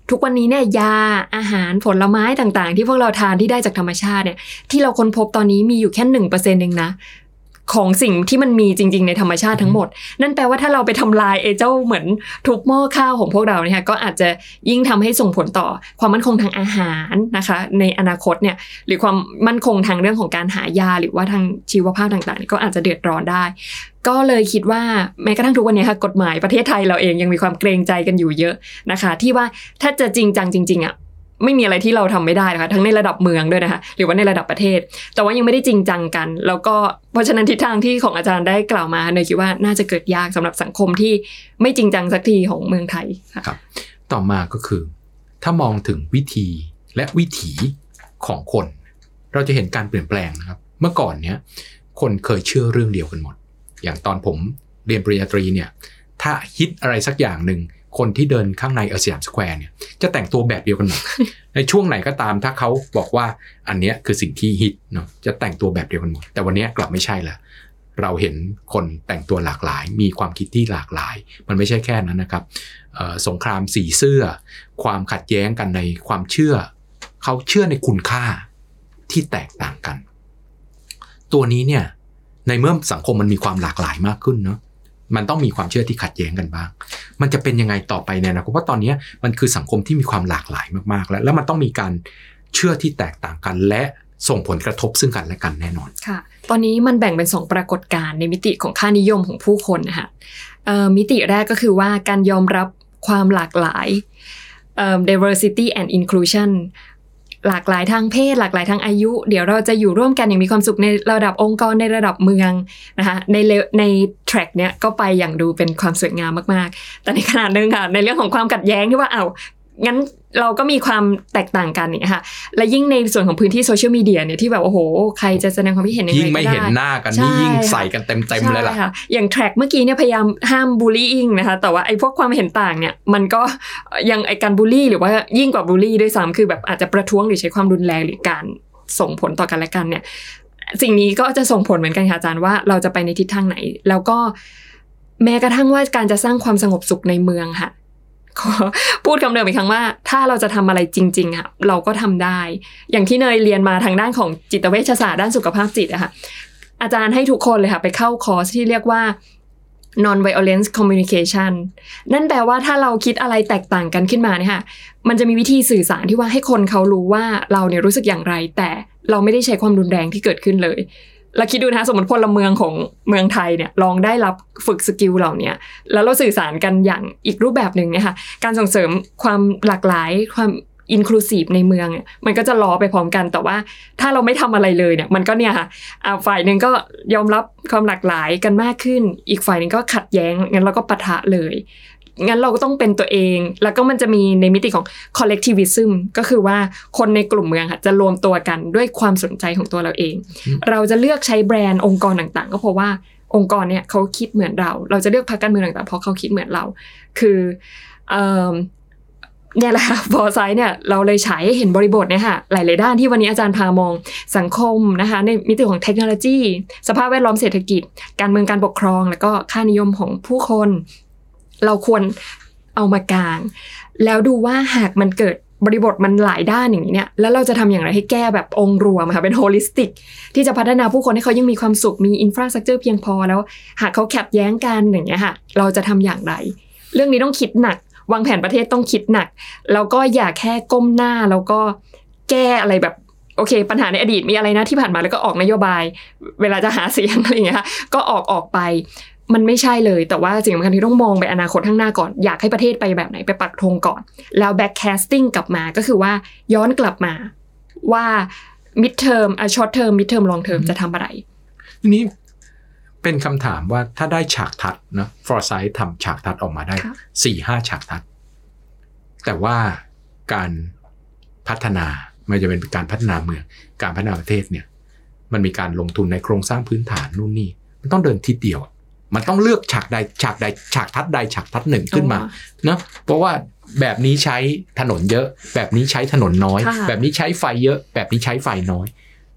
ทุกวันนี้เนี่ยยาอาหารผลไม้ต่างๆที่พวกเราทานที่ได้จากธรรมชาติเนี่ยที่เราค้นพบตอนนี้มีอยู่แค่ หนึ่งเปอร์เซ็นต์ เองนะของสิ่งที่มันมีจริงๆในธรรมชาติทั้งหมดนั่นแปลว่าถ้าเราไปทำลายไอ้เจ้าเหมือนทุกหม้อข้าวของพวกเราเนี่ยก็อาจจะยิ่งทำให้ส่งผลต่อความมั่นคงทางอาหารนะคะในอนาคตเนี่ยหรือความมั่นคงทางเรื่องของการหายาหรือว่าทางชีวภาพต่างๆก็อาจจะเดือดร้อนได้ก็เลยคิดว่าแม้กระทั่งทุกวันนี้ค่ะกฎหมายประเทศไทยเราเองยังมีความเกรงใจกันอยู่เยอะนะคะที่ว่าถ้าจะจริงจังจริงๆอ่ะไม่มีอะไรที่เราทำไม่ได้นะคะทั้งในระดับเมืองด้วยนะคะหรือว่าในระดับประเทศแต่ว่ายังไม่ได้จริงจังกันแล้วก็เพราะฉะนั้นทิศทางที่ของอาจารย์ได้กล่าวมาเนยคิดว่าน่าจะเกิดยากสำหรับสังคมที่ไม่จริงจังสักทีของเมืองไทยครับต่อมาก็คือถ้ามองถึงวิธีและวิถีของคนเราจะเห็นการเปลี่ยนแปลงนะครับเมื่อก่อนเนี้ยคนเคยเชื่อเรื่องเดียวกันหมดอย่างตอนผมเรียนปริญญาตรีเนี่ยถ้าฮิตอะไรสักอย่างหนึ่งคนที่เดินข้างในสยามสแควร์เนี่ยจะแต่งตัวแบบเดียวกันหมด ในช่วงไหนก็ตามถ้าเขาบอกว่าอันเนี้ยคือสิ่งที่ฮิตเนาะจะแต่งตัวแบบเดียวกันหมดแต่วันนี้กลับไม่ใช่ละเราเห็นคนแต่งตัวหลากหลายมีความคิดที่หลากหลายมันไม่ใช่แค่นั้นนะครับสงครามสีเสื้อความขัดแย้งกันในความเชื่อเขาเชื่อในคุณค่าที่แตกต่างกันตัวนี้เนี่ยในเมื่อสังคมมันมีความหลากหลายมากขึ้นเนาะมันต้องมีความเชื่อที่ขัดแย้งกันบ้างมันจะเป็นยังไงต่อไปเนี่ยนะเพราะว่าตอนนี้มันคือสังคมที่มีความหลากหลายมากๆแล้วแล้วมันต้องมีการเชื่อที่แตกต่างกันและส่งผลกระทบซึ่งกันและกันแน่นอนค่ะตอนนี้มันแบ่งเป็นสองปรากฏการณ์ในมิติของค่านิยมของผู้คนนะคะมิติแรกก็คือว่าการยอมรับความหลากหลาย diversity and inclusionหลากหลายทางเพศหลากหลายทางอายุเดี๋ยวเราจะอยู่ร่วมกันอย่างมีความสุขในระดับองค์กรในระดับเมืองนะคะในในแทร็กเนี้ยก็ไปอย่างดูเป็นความสวยงามมากๆแต่ในขณะนึงค่ะในเรื่องของความขัดแย้งที่ว่าเอางั้นเราก็มีความแตกต่างกันเนี่ยค่ะและยิ่งในส่วนของพื้นที่โซเชียลมีเดียเนี่ยที่แบบโอ้โหใครจะแสดงความคิดเห็นยังไงก็ได้ยิ่งไม่เห็นหน้ากันนี่ยิ่งใส่กันเต็มๆเลยล่ะอย่างแทร็กเมื่อกี้เนี่ยพยายามห้ามบูลลี่อิงนะคะแต่ว่าไอ้พวกความเห็นต่างเนี่ยมันก็ยังไอ้การบูลลี่หรือว่ายิ่งกว่าบูลลี่ด้วยซ้ำคือแบบอาจจะประท้วงหรือใช้ความรุนแรงหรือการส่งผลต่อกันและกันเนี่ยสิ่งนี้ก็จะส่งผลเหมือนกันค่ะอาจารย์ว่าเราจะไปในทิศทางไหนแล้วก็แม้กระทั่งว่าการจะสร้างความสงบสุขในเมืองค่ะพูดคำเดิมอีกครั้งว่าถ้าเราจะทำอะไรจริงๆค่ะเราก็ทำได้อย่างที่เนยเรียนมาทางด้านของจิตเวชศาสตร์ด้านสุขภาพจิตอะค่ะอาจารย์ให้ทุกคนเลยค่ะไปเข้าคอร์สที่เรียกว่า non violence communication นั่นแปลว่าถ้าเราคิดอะไรแตกต่างกันขึ้นมาเนี่ยค่ะมันจะมีวิธีสื่อสารที่ว่าให้คนเขารู้ว่าเราเนี่ยรู้สึกอย่างไรแต่เราไม่ได้ใช้ความรุนแรงที่เกิดขึ้นเลยแล้วคิดดูนะคะสมมติพลเมืองของเมืองไทยเนี่ยลองได้รับฝึกสกิลเหล่านี้แล้วเราสื่อสารกันอย่างอีกรูปแบบหนึ่งเนี่ยค่ะการส่งเสริมความหลากหลายความอินคลูซีฟในเมืองเนี่ยมันก็จะล้อไปพร้อมกันแต่ว่าถ้าเราไม่ทำอะไรเลยเนี่ยมันก็เนี่ยค่ะฝ่ายนึงก็ยอมรับความหลากหลายกันมากขึ้นอีกฝ่ายนึงก็ขัดแย้งงั้นเราก็ปะทะเลยงั้นเราก็ต้องเป็นตัวเองแล้วก็มันจะมีในมิติของ collectivism ก็คือว่าคนในกลุ่มเมืองค่ะจะรวมตัวกันด้วยความสนใจของตัวเราเองเราจะเลือกใช้แบรนด์องค์กรต่างๆก็เพราะว่าองค์กรเนี่ยเขาคิดเหมือนเราเราจะเลือกพรรคการเมืองต่างๆเพราะเขาคิดเหมือนเราคือเอ่อเนี่ยแหละค่ะฟอร์ไซต์เนี่ยเราเลยฉายให้เห็นบริบทเนี่ยค่ะหลายๆด้านที่วันนี้อาจารย์พามองสังคมนะคะในมิติของเทคโนโลยีสภาพแวดล้อมเศรษฐกิจการเมืองการปกครองแล้วก็ค่านิยมของผู้คนเราควรเอามากางแล้วดูว่าหากมันเกิดบริบทมันหลายด้านอย่างนี้เนี่ยแล้วเราจะทำอย่างไรให้แก้แบบองค์รวมค่ะเป็นโฮลิสติกที่จะพัฒนาผู้คนให้เขายังมีความสุขมีอินฟราสตรัคเจอร์เพียงพอแล้วหากเขาขัดแย้งกันอย่างเงี้ยค่ะเราจะทำอย่างไรเรื่องนี้ต้องคิดหนักวางแผนประเทศต้องคิดหนักแล้วก็อย่าแค่ก้มหน้าแล้วก็แก้อะไรแบบโอเคปัญหาในอดีตมีอะไรนะที่ผ่านมาแล้วก็ออกนโยบายเวลาจะหาเสียงอะไรอย่างเงี้ยค่ะก็ออกออกไปมันไม่ใช่เลยแต่ว่าสิ่งสำคัญที่ต้องมองไปอนาคตข้างหน้าก่อนอยากให้ประเทศไปแบบไหนไปปักธงก่อนแล้ว backcasting กลับมาก็คือว่าย้อนกลับมาว่า mid term อ่ะ short term mid term long term จะทำอะไรทีนี้เป็นคำถามว่าถ้าได้ฉากทัศน์นะ Foresight ทำฉากทัศน์ออกมาได้ สี่ห้า ฉากทัศน์แต่ว่าการพัฒนาไม่จะเป็นการพัฒนาเมืองการพัฒนาประเทศเนี่ยมันมีการลงทุนในโครงสร้างพื้นฐานนู่นนี่มันต้องเดินทิศเดียวมันต้องเลือกฉากใดฉากใดฉากทัศน์ใดฉากทัศน์หนึ่งขึ้นมาเนาะเพราะว่าแบบนี้ใช้ถนนเยอะแบบนี้ใช้ถนนน้อยแบบนี้ใช้ไฟเยอะแบบนี้ใช้ไฟน้อย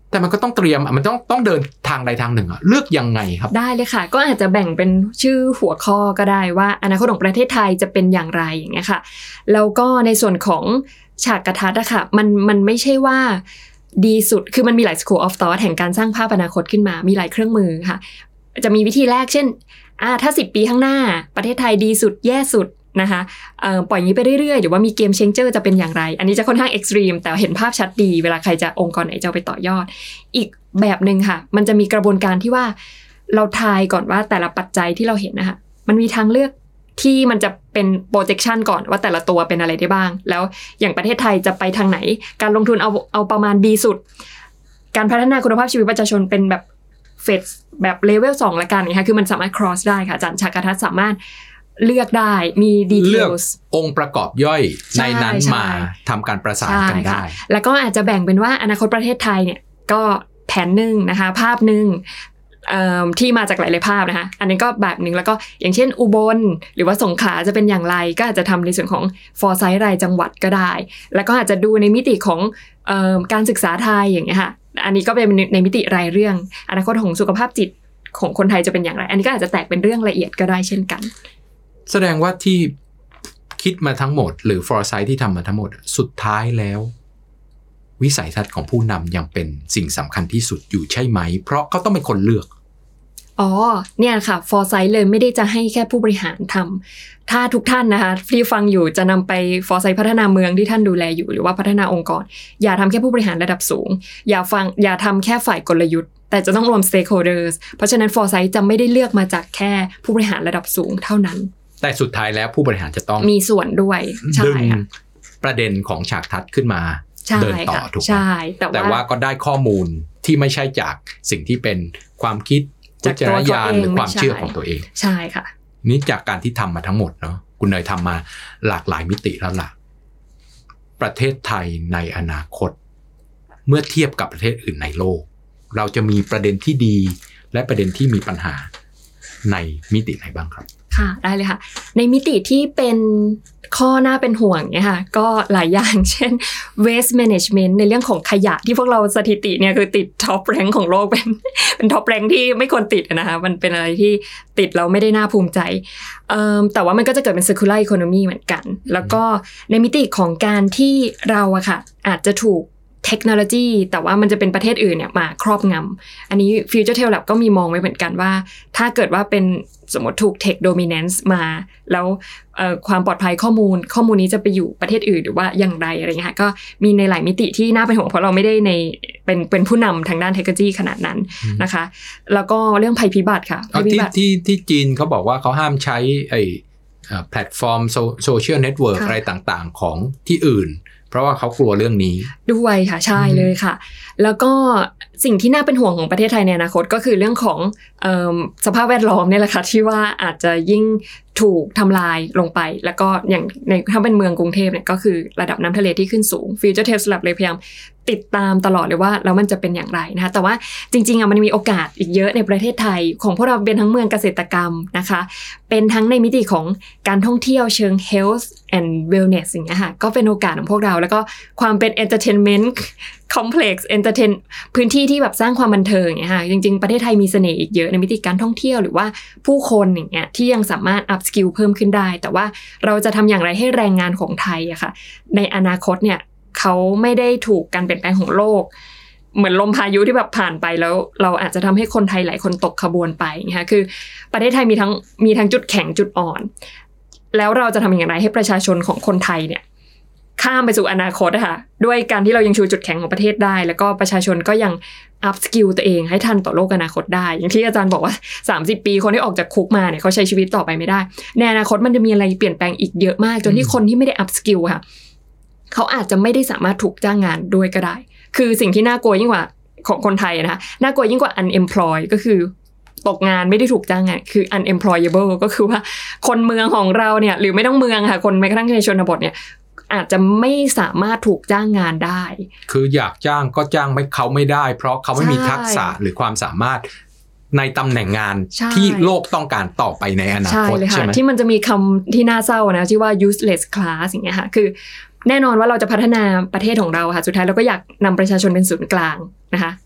แต่มันก็ต้องเตรียมมันต้องต้องเดินทางใดทางหนึ่งอะเลือกยังไงครับได้เลยค่ะก็อาจจะแบ่งเป็นชื่อหัวข้อก็ได้ว่าอนาคตของประเทศไทยจะเป็นอย่างไรอย่างเงี้ยค่ะแล้วก็ในส่วนของฉากกทัดอะค่ะมันมันไม่ใช่ว่าดีสุดคือมันมีหลาย school of thought แห่งการสร้างภาพอนาคตขึ้นมามีหลายเครื่องมือค่ะจะมีวิธีแรกเช่นอ่าถ้าสิบปีข้างหน้าประเทศไทยดีสุดแย่สุดนะคะเอ่อปล่อยอย่างนี้ไปเรื่อยๆหรือว่ามีเกมเชนเจอร์จะเป็นอย่างไรอันนี้จะค่อนข้างเอ็กซ์ตรีมแต่เห็นภาพชัดดีเวลาใครจะองค์กรไหนจะเอาไปต่อยอดอีกแบบนึงค่ะมันจะมีกระบวนการที่ว่าเราทายก่อนว่าแต่ละปัจจัยที่เราเห็นนะคะมันมีทางเลือกที่มันจะเป็น projection ก่อนว่าแต่ละตัวเป็นอะไรได้บ้างแล้วอย่างประเทศไทยจะไปทางไหนการลงทุนเอาเอาประมาณดีสุดการพัฒนาคุณภาพชีวิตประชาชนเป็นแบบเฟสแบบเลเวลสองละกันนะคะคือมันสามารถ cross ได้ค่ะอาจารย์ฉากกทัดสามารถเลือกได้มีดีเทลส์องค์ประกอบย่อยในนั้นมาทำการประสานกันได้แล้วก็อาจจะแบ่งเป็นว่าอนาคตประเทศไทยเนี่ยก็แผนหนึ่งนะคะภาพหนึ่งที่มาจากหลายๆภาพนะคะอันนี้ก็แบบหนึ่งแล้วก็อย่างเช่นอุบลหรือว่าสงขลาจะเป็นอย่างไรก็อาจจะทำในส่วนของ foresight รายจังหวัดก็ได้แล้วก็อาจจะดูในมิติของเอ่อการศึกษาไทยอย่างเงี้ยค่ะอันนี้ก็เป็นในมิติรายเรื่องอนาคตของสุขภาพจิตของคนไทยจะเป็นอย่างไรอันนี้ก็อาจจะแตกเป็นเรื่องละเอียดก็ได้เช่นกันแสดงว่าที่คิดมาทั้งหมดหรือ foresight ที่ทำมาทั้งหมดสุดท้ายแล้ววิสัยทัศน์ของผู้นำยังเป็นสิ่งสำคัญที่สุดอยู่ใช่ไหมเพราะเขาต้องเป็นคนเลือกอ๋อเนี่ยค่ะ foresight เลยไม่ได้จะให้แค่ผู้บริหารทำถ้าทุกท่านนะคะที่ฟังอยู่จะนำไป foresight พัฒนาเมืองที่ท่านดูแลอยู่หรือว่าพัฒนาองค์กรอย่าทำแค่ผู้บริหารระดับสูงอย่าฟังอย่าทำแค่ฝ่ายกลยุทธ์แต่จะต้องรวม stakeholders เพราะฉะนั้น foresight จะไม่ได้เลือกมาจากแค่ผู้บริหารระดับสูงเท่านั้นแต่สุดท้ายแล้วผู้บริหารจะต้องมีส่วนด้วยดึงประเด็นของฉากทัศน์ขึ้นมาเดินต่อถูกไหมใช่แต่ว่าก็ได้ข้อมูลที่ไม่ใช่จากสิ่งที่เป็นความคิดวิจารณญาณหรือความเชื่อของตัวเองใช่ค่ะนี่จากการที่ทำมาทั้งหมดเนาะคุณเนยทำมาหลากหลายมิติแล้วล่ะประเทศไทยในอนาคตเมื่อเทียบกับประเทศอื่นในโลกเราจะมีประเด็นที่ดีและประเด็นที่มีปัญหาในมิติไหนบ้างครับค่ะได้เลยค่ะในมิติที่เป็นข้อน่าเป็นห่วงเนี่ยค่ะก็หลายอย่างเช่น waste management ในเรื่องของขยะที่พวกเราสถิติเนี่ยคือติดท็อปแรงของโลกเป็นเป็นท็อปแรงที่ไม่ควรติดนะคะมันเป็นอะไรที่ติดเราไม่ได้น่าภูมิใจเอ่อแต่ว่ามันก็จะเกิดเป็น circular economy เหมือนกันแล้วก็ในมิติของการที่เราอะค่ะอาจจะถูกเทคโนโลยีแต่ว่ามันจะเป็นประเทศอื่นเนี่ยมาครอบงำอันนี้ Future Tale Lab ก็มีมองไว้เหมือนกันว่าถ้าเกิดว่าเป็นสมมติถูก Tech Dominance มาแล้วความปลอดภัยข้อมูลข้อมูลนี้จะไปอยู่ประเทศอื่นหรือว่าอย่างไรอะไรเงี้ยค่ะก็มีในหลายมิติที่น่าเป็นห่วงเพราะเราไม่ได้ในเป็นเป็นผู้นำทางด้านเทคโนโลยีขนาดนั้นนะคะแล้วก็เรื่องภัยพิบัติค่ะภัยพิบัติที่ที่จีนเขาบอกว่าเขาห้ามใช้ไอ้แพลตฟอร์มโซเชียลเน็ตเวิร์กอะไรต่างๆของที่อื่นเพราะว่าเขากลัวเรื่องนี้ด้วยค่ะใช่เลยค่ะแล้วก็สิ่งที่น่าเป็นห่วงของประเทศไทยในอนาคตก็คือเรื่องของเอ่อสภาพแวดล้อมเนี่ยแหละค่ะที่ว่าอาจจะยิ่งถูกทำลายลงไปแล้วก็อย่างในถ้าเป็นเมืองกรุงเทพเนี่ยก็คือระดับน้ำทะเลที่ขึ้นสูง Future Tale Lab เลยพยายามติดตามตลอดเลยว่าแล้วมันจะเป็นอย่างไรนะคะแต่ว่าจริงๆอ่ะมันมีโอกาสอีกเยอะในประเทศไทยของพวกเราเป็นทั้งเมืองเกษตรกรรมนะคะเป็นทั้งในมิติของการท่องเที่ยวเชิง health and wellness อย่างเงี้ยค่ะก็เป็นโอกาสของพวกเราแล้วก็ความเป็น entertainment complex entertain พื้นที่ที่แบบสร้างความบันเทิงอย่างเงี้ยค่ะจริงๆประเทศไทยมีเสน่ห์อีกเยอะในมิติการท่องเที่ยวหรือว่าผู้คนอย่างเงี้ยที่ยังสามารถ up skill เพิ่มขึ้นได้แต่ว่าเราจะทำอย่างไรให้แรงงานของไทยอะค่ะในอนาคตเนี่ยเขาไม่ได้ถูกการเปลี่ยนแปลงของโลกเหมือนลมพายุที่แบบผ่านไปแล้วเราอาจจะทำให้คนไทยหลายคนตกขบวนไปนะคะคือประเทศไทยมีทั้งมีทั้งจุดแข็งจุดอ่อนแล้วเราจะทำอย่างไรให้ประชาชนของคนไทยเนี่ยข้ามไปสู่อนาคตนะคะด้วยการที่เรายังชูจุดแข็งของประเทศได้แล้วก็ประชาชนก็ยังอัพสกิลตัวเองให้ทันต่อโลกอนาคตได้อย่างที่อาจารย์บอกว่าสามสิบปีคนที่ออกจากคุกมาเนี่ยเขาใช้ชีวิตต่อไปไม่ได้ในอนาคตมันจะมีอะไรเปลี่ยนแปลงอีกเยอะมากจนที่คนที่ไม่ได้อัพสกิลค่ะเขาอาจจะไม่ได้สามารถถูกจ้างงานด้วยก็ได้คือสิ่งที่น่ากลัวยิ่งกว่าของคนไทยนะคะน่ากลัวยิ่งกว่า unemployed ก็คือตกงานไม่ได้ถูกจ้างงานคือ unemployable ก็คือว่าคนเมืองของเราเนี่ยหรือไม่ต้องเมืองค่ะคนแม้กระทั่งในชนบทเนี่ยอาจจะไม่สามารถถูกจ้างงานได้คืออยากจ้างก็จ้างไม่เขาไม่ได้เพราะเขาไม่มีทักษะหรือความสามารถในตำแหน่งงานที่โลกต้องการต่อไปในอนาคตใช่ไหมที่มันจะมีคำที่น่าเศร้านะที่ว่า useless class อย่างเงี้ยค่ะคือแน่นอนว่าเราจะพัฒนาประเทศของเราค่ะสุดท้ายเราก็อยากนำประชาชนเป็นศูนย์กลางนะคะ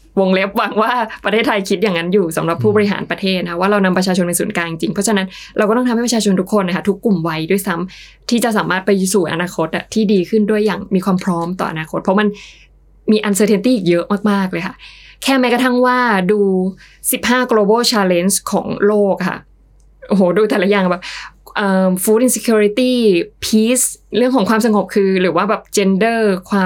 วงเล็บหวังว่าประเทศไทยคิดอย่างนั้นอยู่สำหรับผู้บริหารประเทศนะว่าเรานำประชาชนเป็นศูนย์กลางจริงเพราะฉะนั้นเราก็ต้องทำให้ประชาชนทุกคนนะคะทุกกลุ่มวัยด้วยซ้ำที่จะสามารถไปสู่อนาคตที่ดีขึ้นด้วยอย่างมีความพร้อมต่ออนาคตเพราะมันมี uncertainty อีกเยอะมากๆเลยค่ะแค่แม้กระทั่งว่าดูสิบห้า global challenge ของโลกค่ะโอ้โหดูแต่ละอย่างแบบUh, food insecurity peace เรื่องของความสงบคือหรือว่าแบบ gender ความ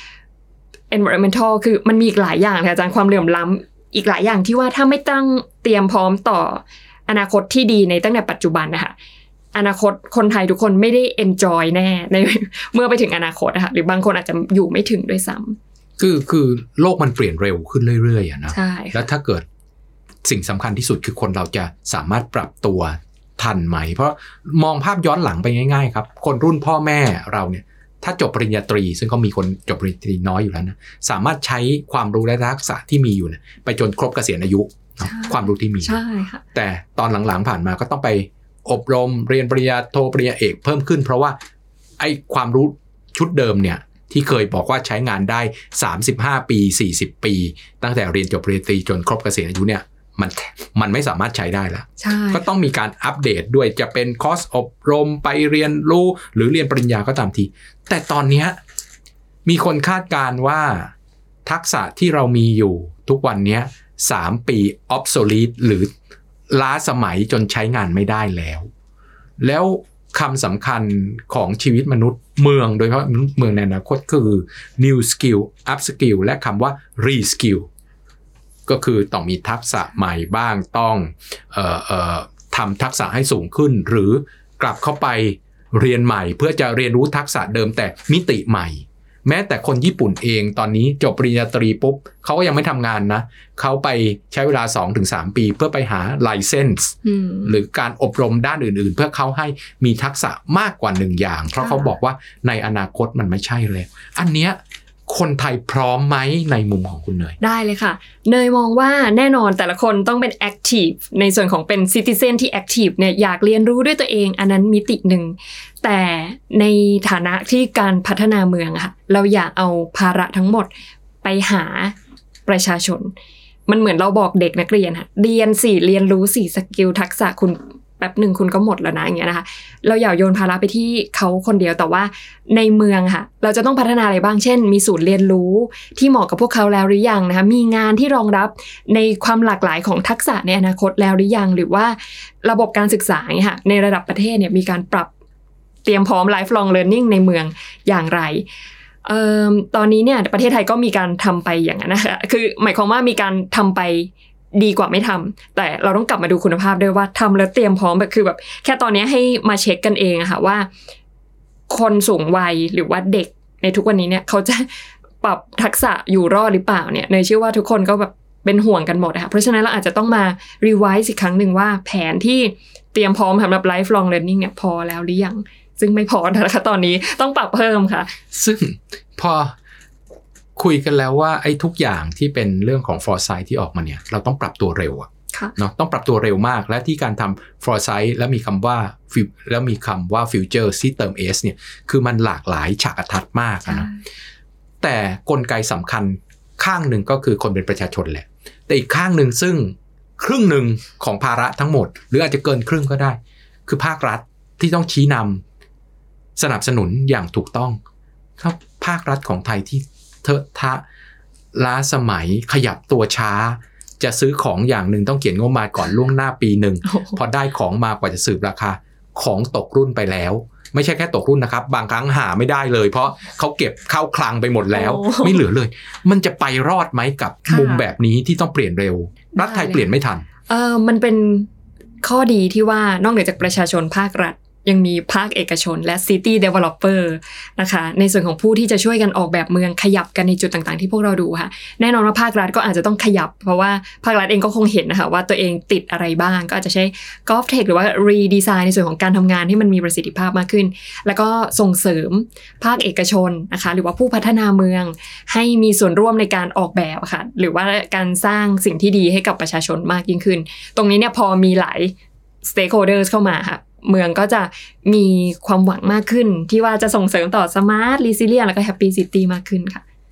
environmental คือมันมีอีกหลายอย่างค่ะอาจารย์ความเหลื่อมล้ำอีกหลายอย่างที่ว่าถ้าไม่ตั้งเตรียมพร้อมต่ออนาคตที่ดีในตั้งแต่ปัจจุบันนะคะอนาคตคนไทยทุกคนไม่ได้ enjoy แน่ในเมื่อไปถึงอนาคตนะคะหรือบางคนอาจจะอยู่ไม่ถึงด้วยซ้ำคือคือโลกมันเปลี่ยนเร็วขึ้นเรื่อยๆอะนะใช่แล้วถ้าเกิดสิ่งสำคัญที่สุดคือคนเราจะสามารถปรับตัวทันไหมเพราะมองภาพย้อนหลังไปง่ายๆครับคนรุ่นพ่อแม่เราเนี่ยถ้าจบปริญญาตรีซึ่งเขามีคนจบปริญญาตรีน้อยอยู่แล้วนะสามารถใช้ความรู้และทักษะที่มีอยู่เนี่ยไปจนครบเกษียณอายุความรู้ที่มีใช่ค่ะแต่ตอนหลังๆผ่านมาก็ต้องไปอบรมเรียนปริญญาโทปริญญาเอกเพิ่มขึ้นเพราะว่าไอ้ความรู้ชุดเดิมเนี่ยที่เคยบอกว่าใช้งานได้สามสิบห้าปีสี่สิบปีตั้งแต่เรียนจบปริญญาตรีจนครบเกษียณอายุเนี่ยมันมันไม่สามารถใช้ได้แล้วก็ต้องมีการอัปเดตด้วยจะเป็นคอร์สอบรมไปเรียนรู้หรือเรียนปริญญาก็ตามทีแต่ตอนนี้มีคนคาดการณ์ว่าทักษะที่เรามีอยู่ทุกวันนี้สามปี obsolete หรือล้าสมัยจนใช้งานไม่ได้แล้วแล้วคำสำคัญของชีวิตมนุษย์เมืองโดยเฉพาะเมืองในอนาคตคือ new skill up skill และคำว่า re skillก็คือต้องมีทักษะใหม่บ้างต้องเอ่อเอ่อทำทักษะให้สูงขึ้นหรือกลับเข้าไปเรียนใหม่เพื่อจะเรียนรู้ทักษะเดิมแต่มิติใหม่แม้แต่คนญี่ปุ่นเองตอนนี้จบปริญญาตรีปุ๊บเขาก็ยังไม่ทำงานนะเขาไปใช้เวลา สองถึงสาม ปีเพื่อไปหาไลเซนส์หรือการอบรมด้านอื่นๆเพื่อเขาให้มีทักษะมากกว่าหนึ่งอย่างเพราะเขาบอกว่าในอนาคตมันไม่ใช่เลยอันเนี้ยคนไทยพร้อมไหมในมุมของคุณเนยได้เลยค่ะเนยมองว่าแน่นอนแต่ละคนต้องเป็น active ในส่วนของเป็น citizen ที่ active เนี่ยอยากเรียนรู้ด้วยตัวเองอันนั้นมิติหนึ่งแต่ในฐานะที่การพัฒนาเมืองค่ะเราอย่าเอาภาระทั้งหมดไปหาประชาชนมันเหมือนเราบอกเด็กนักเรียนค่ะเรียนสี่เรียนรู้สี่สกิลทักษะคุณแป๊บหนึ่งคุณก็หมดแล้วนะอย่างเงี้ยนะคะเราอย่าโยนภาระไปที่เขาคนเดียวแต่ว่าในเมืองค่ะเราจะต้องพัฒนาอะไรบ้างเช่นมีศูนย์เรียนรู้ที่เหมาะกับพวกเขาแล้วหรือยังนะคะมีงานที่รองรับในความหลากหลายของทักษะในอนาคตแล้วหรือยังหรือว่าระบบการศึกษาเนี่ยค่ะในระดับประเทศเนี่ยมีการปรับเตรียมพร้อม lifelong learning ในเมืองอย่างไรเอ่อตอนนี้เนี่ยประเทศไทยก็มีการทำไปอย่างนั้นนะคะคือหมายความว่ามีการทำไปดีกว่าไม่ทำแต่เราต้องกลับมาดูคุณภาพด้วยว่าทำแล้วเตรียมพร้อมแบบคือแบบแค่ตอนนี้ให้มาเช็คกันเองอะค่ะว่าคนสูงวัยหรือว่าเด็กในทุกวันนี้เนี่ยเขาจะปรับทักษะอยู่รอดหรือเปล่าเนี่ยเนยเชื่อว่าทุกคนก็แบบเป็นห่วงกันหมดค่ะเพราะฉะนั้นเราอาจจะต้องมารีไวซ์อีกครั้งหนึ่งว่าแผนที่เตรียมพร้อมสำหรับ lifelong learning เนี่ยพอแล้วหรือยังซึ่งไม่พอนะคะตอนนี้ต้องปรับเพิ่มค่ะซึ่งพอคุยกันแล้วว่าไอ้ทุกอย่างที่เป็นเรื่องของ foresight ที่ออกมาเนี่ยเราต้องปรับตัวเร็วอะเนาะต้องปรับตัวเร็วมากและที่การทำ foresight แล้วมีคำว่าแล้วมีคำว่า future ที่เติม s เนี่ยคือมันหลากหลายฉากทัศน์มากนะแต่กลไกสำคัญข้างหนึ่งก็คือคนเป็นประชาชนแหละแต่อีกข้างหนึ่งซึ่งครึ่งหนึ่งของภาระทั้งหมดหรืออาจจะเกินครึ่งก็ได้คือภาครัฐที่ต้องชี้นำสนับสนุนอย่างถูกต้องครับภาครัฐของไทยที่เทอะทะล้าสมัยขยับตัวช้าจะซื้อของอย่างหนึ่งต้องเขียนงบมาก่อนล่วงหน้าปีหนึ่ง พอได้ของมากว่าจะสืบราคาของตกไม่ไปแล้วไม่ใช่แค่ตกรุ่นนะครับบางครั้งหาไม่ได้เลยเพราะเขาเก็บเข้าคลังไปหมดแล้วไม่เหลือเลยมันจะไปรอดไหมกับมุมแบบนี้ที่ต้องเปลี่ยนเร็วรัฐไทยเปลี่ยนไม่ทันเออมันเป็นข้อดีที่ว่านอกเหนือจากประชาชนภาครัฐยังมีภาคเอกชนและ City Developer นะคะในส่วนของผู้ที่จะช่วยกันออกแบบเมืองขยับกันในจุดต่างๆที่พวกเราดูค่ะแน่นอนว่าภาครัฐก็อาจจะต้องขยับเพราะว่าภาครัฐเองก็คงเห็นนะคะว่าตัวเองติดอะไรบ้างก็อาจจะใช้ GovTech หรือว่า Redesign ในส่วนของการทำงานให้มันมีประสิทธิภาพมากขึ้นแล้วก็ส่งเสริมภาคเอกชนนะคะหรือว่าผู้พัฒนาเมืองให้มีส่วนร่วมในการออกแบบค่ะหรือว่าการสร้างสิ่งที่ดีให้กับประชาชนมากยิ่งขึ้นตรงนี้เนี่ยพอมีหลาย Stakeholders เข้ามาค่ะเมืองก็จะมีความหวังมากขึ้นที่ว่าจะส่งเสริมต่อ Smart Resilient แล้วก็ Happy City มากขึ้นค่ะ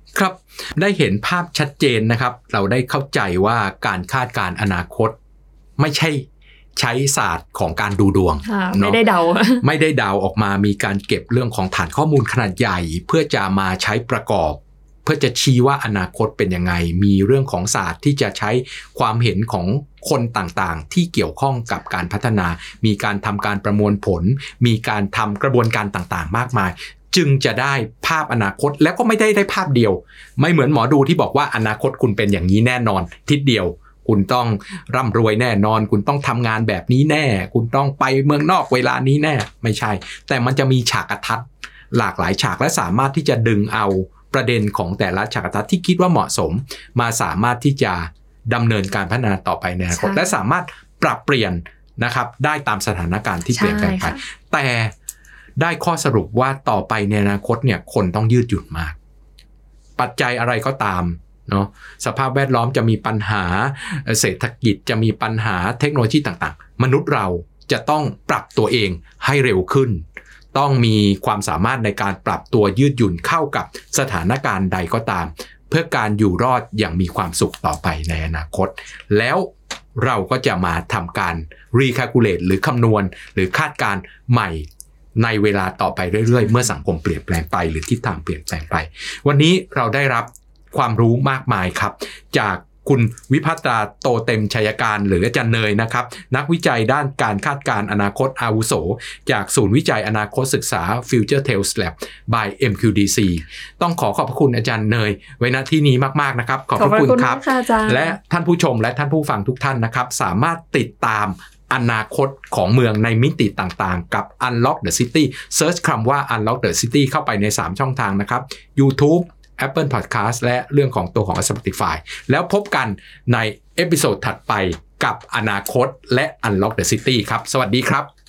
ครับได้เห็นภาพชัดเจนนะครับเราได้เข้าใจว่าการคาดการณ์อนาคตไม่ใช่ใช้ศาสตร์ของการดูดวงไม่ได้เดาไม่ได้เดาออกมามีการเก็บเรื่องของฐานข้อมูลขนาดใหญ่เพื่อจะมาใช้ประกอบเพื่อจะชี้ว่าอนาคตเป็นยังไงมีเรื่องของศาสตร์ที่จะใช้ความเห็นของคนต่างๆที่เกี่ยวข้องกับการพัฒนามีการทำการประมวลผลมีการทำกระบวนการต่างๆมากมายจึงจะได้ภาพอนาคตแล้วก็ไม่ได้ได้ภาพเดียวไม่เหมือนหมอดูที่บอกว่าอนาคตคุณเป็นอย่างนี้แน่นอนทิศเดียวคุณต้องร่ำรวยแน่นอนคุณต้องทำงานแบบนี้แน่คุณต้องไปเมืองนอกเวลานี้แน่ไม่ใช่แต่มันจะมีฉากทัศน์หลากหลายฉากและสามารถที่จะดึงเอาประเด็นของแต่ละฉากทัศน์ที่คิดว่าเหมาะสมมาสามารถที่จะดำเนินการพัฒนาต่อไปในอนาคตและสามารถปรับเปลี่ยนนะครับได้ตามสถานการณ์ที่เปลี่ยนแปลงไปแต่ได้ข้อสรุปว่าต่อไปในอนาคตเนี่ยคนต้องยืดหยุ่นมากปัจจัยอะไรก็ตามเนาะสภาพแวดล้อมจะมีปัญหาเศรษฐกิจจะมีปัญหาเทคโนโลยีต่างๆมนุษย์เราจะต้องปรับตัวเองให้เร็วขึ้นต้องมีความสามารถในการปรับตัวยืดหยุ่นเข้ากับสถานการณ์ใดก็ตามเพื่อการอยู่รอดอย่างมีความสุขต่อไปในอนาคตแล้วเราก็จะมาทำการ recalculate หรือคำนวณหรือคาดการณ์ใหม่ในเวลาต่อไปเรื่อยๆเมื่อสังคมเปลี่ยนแปลงไปหรือทิศทางเปลี่ยนแปลงไปวันนี้เราได้รับความรู้มากมายครับจากคุณวิภัตราโตเต็มชัยการหรืออาจารย์เนยนะครับนักวิจัยด้านการคาดการณ์อนาคตอาวุโสจากศูนย์วิจัยอนาคตศึกษา Future Tales Lab by เอ็ม คิว ดี ซี ต้องขอขอบพระคุณอาจารย์เนยไว้ณที่นี้มากๆนะครับขอบพระคุณครับและท่านผู้ชมและท่านผู้ฟังทุกท่านนะครับสามารถติดตามอนาคตของเมืองในมิติต่างๆกับ Unlock the City Search คำว่า Unlock the City เข้าไปในสามช่องทางนะครับ YouTube Apple Podcast และเรื่องของตัวของ Spotify แล้วพบกันในเอพิโซดถัดไปกับอนาคตและ Unlock the City ครับสวัสดีครับ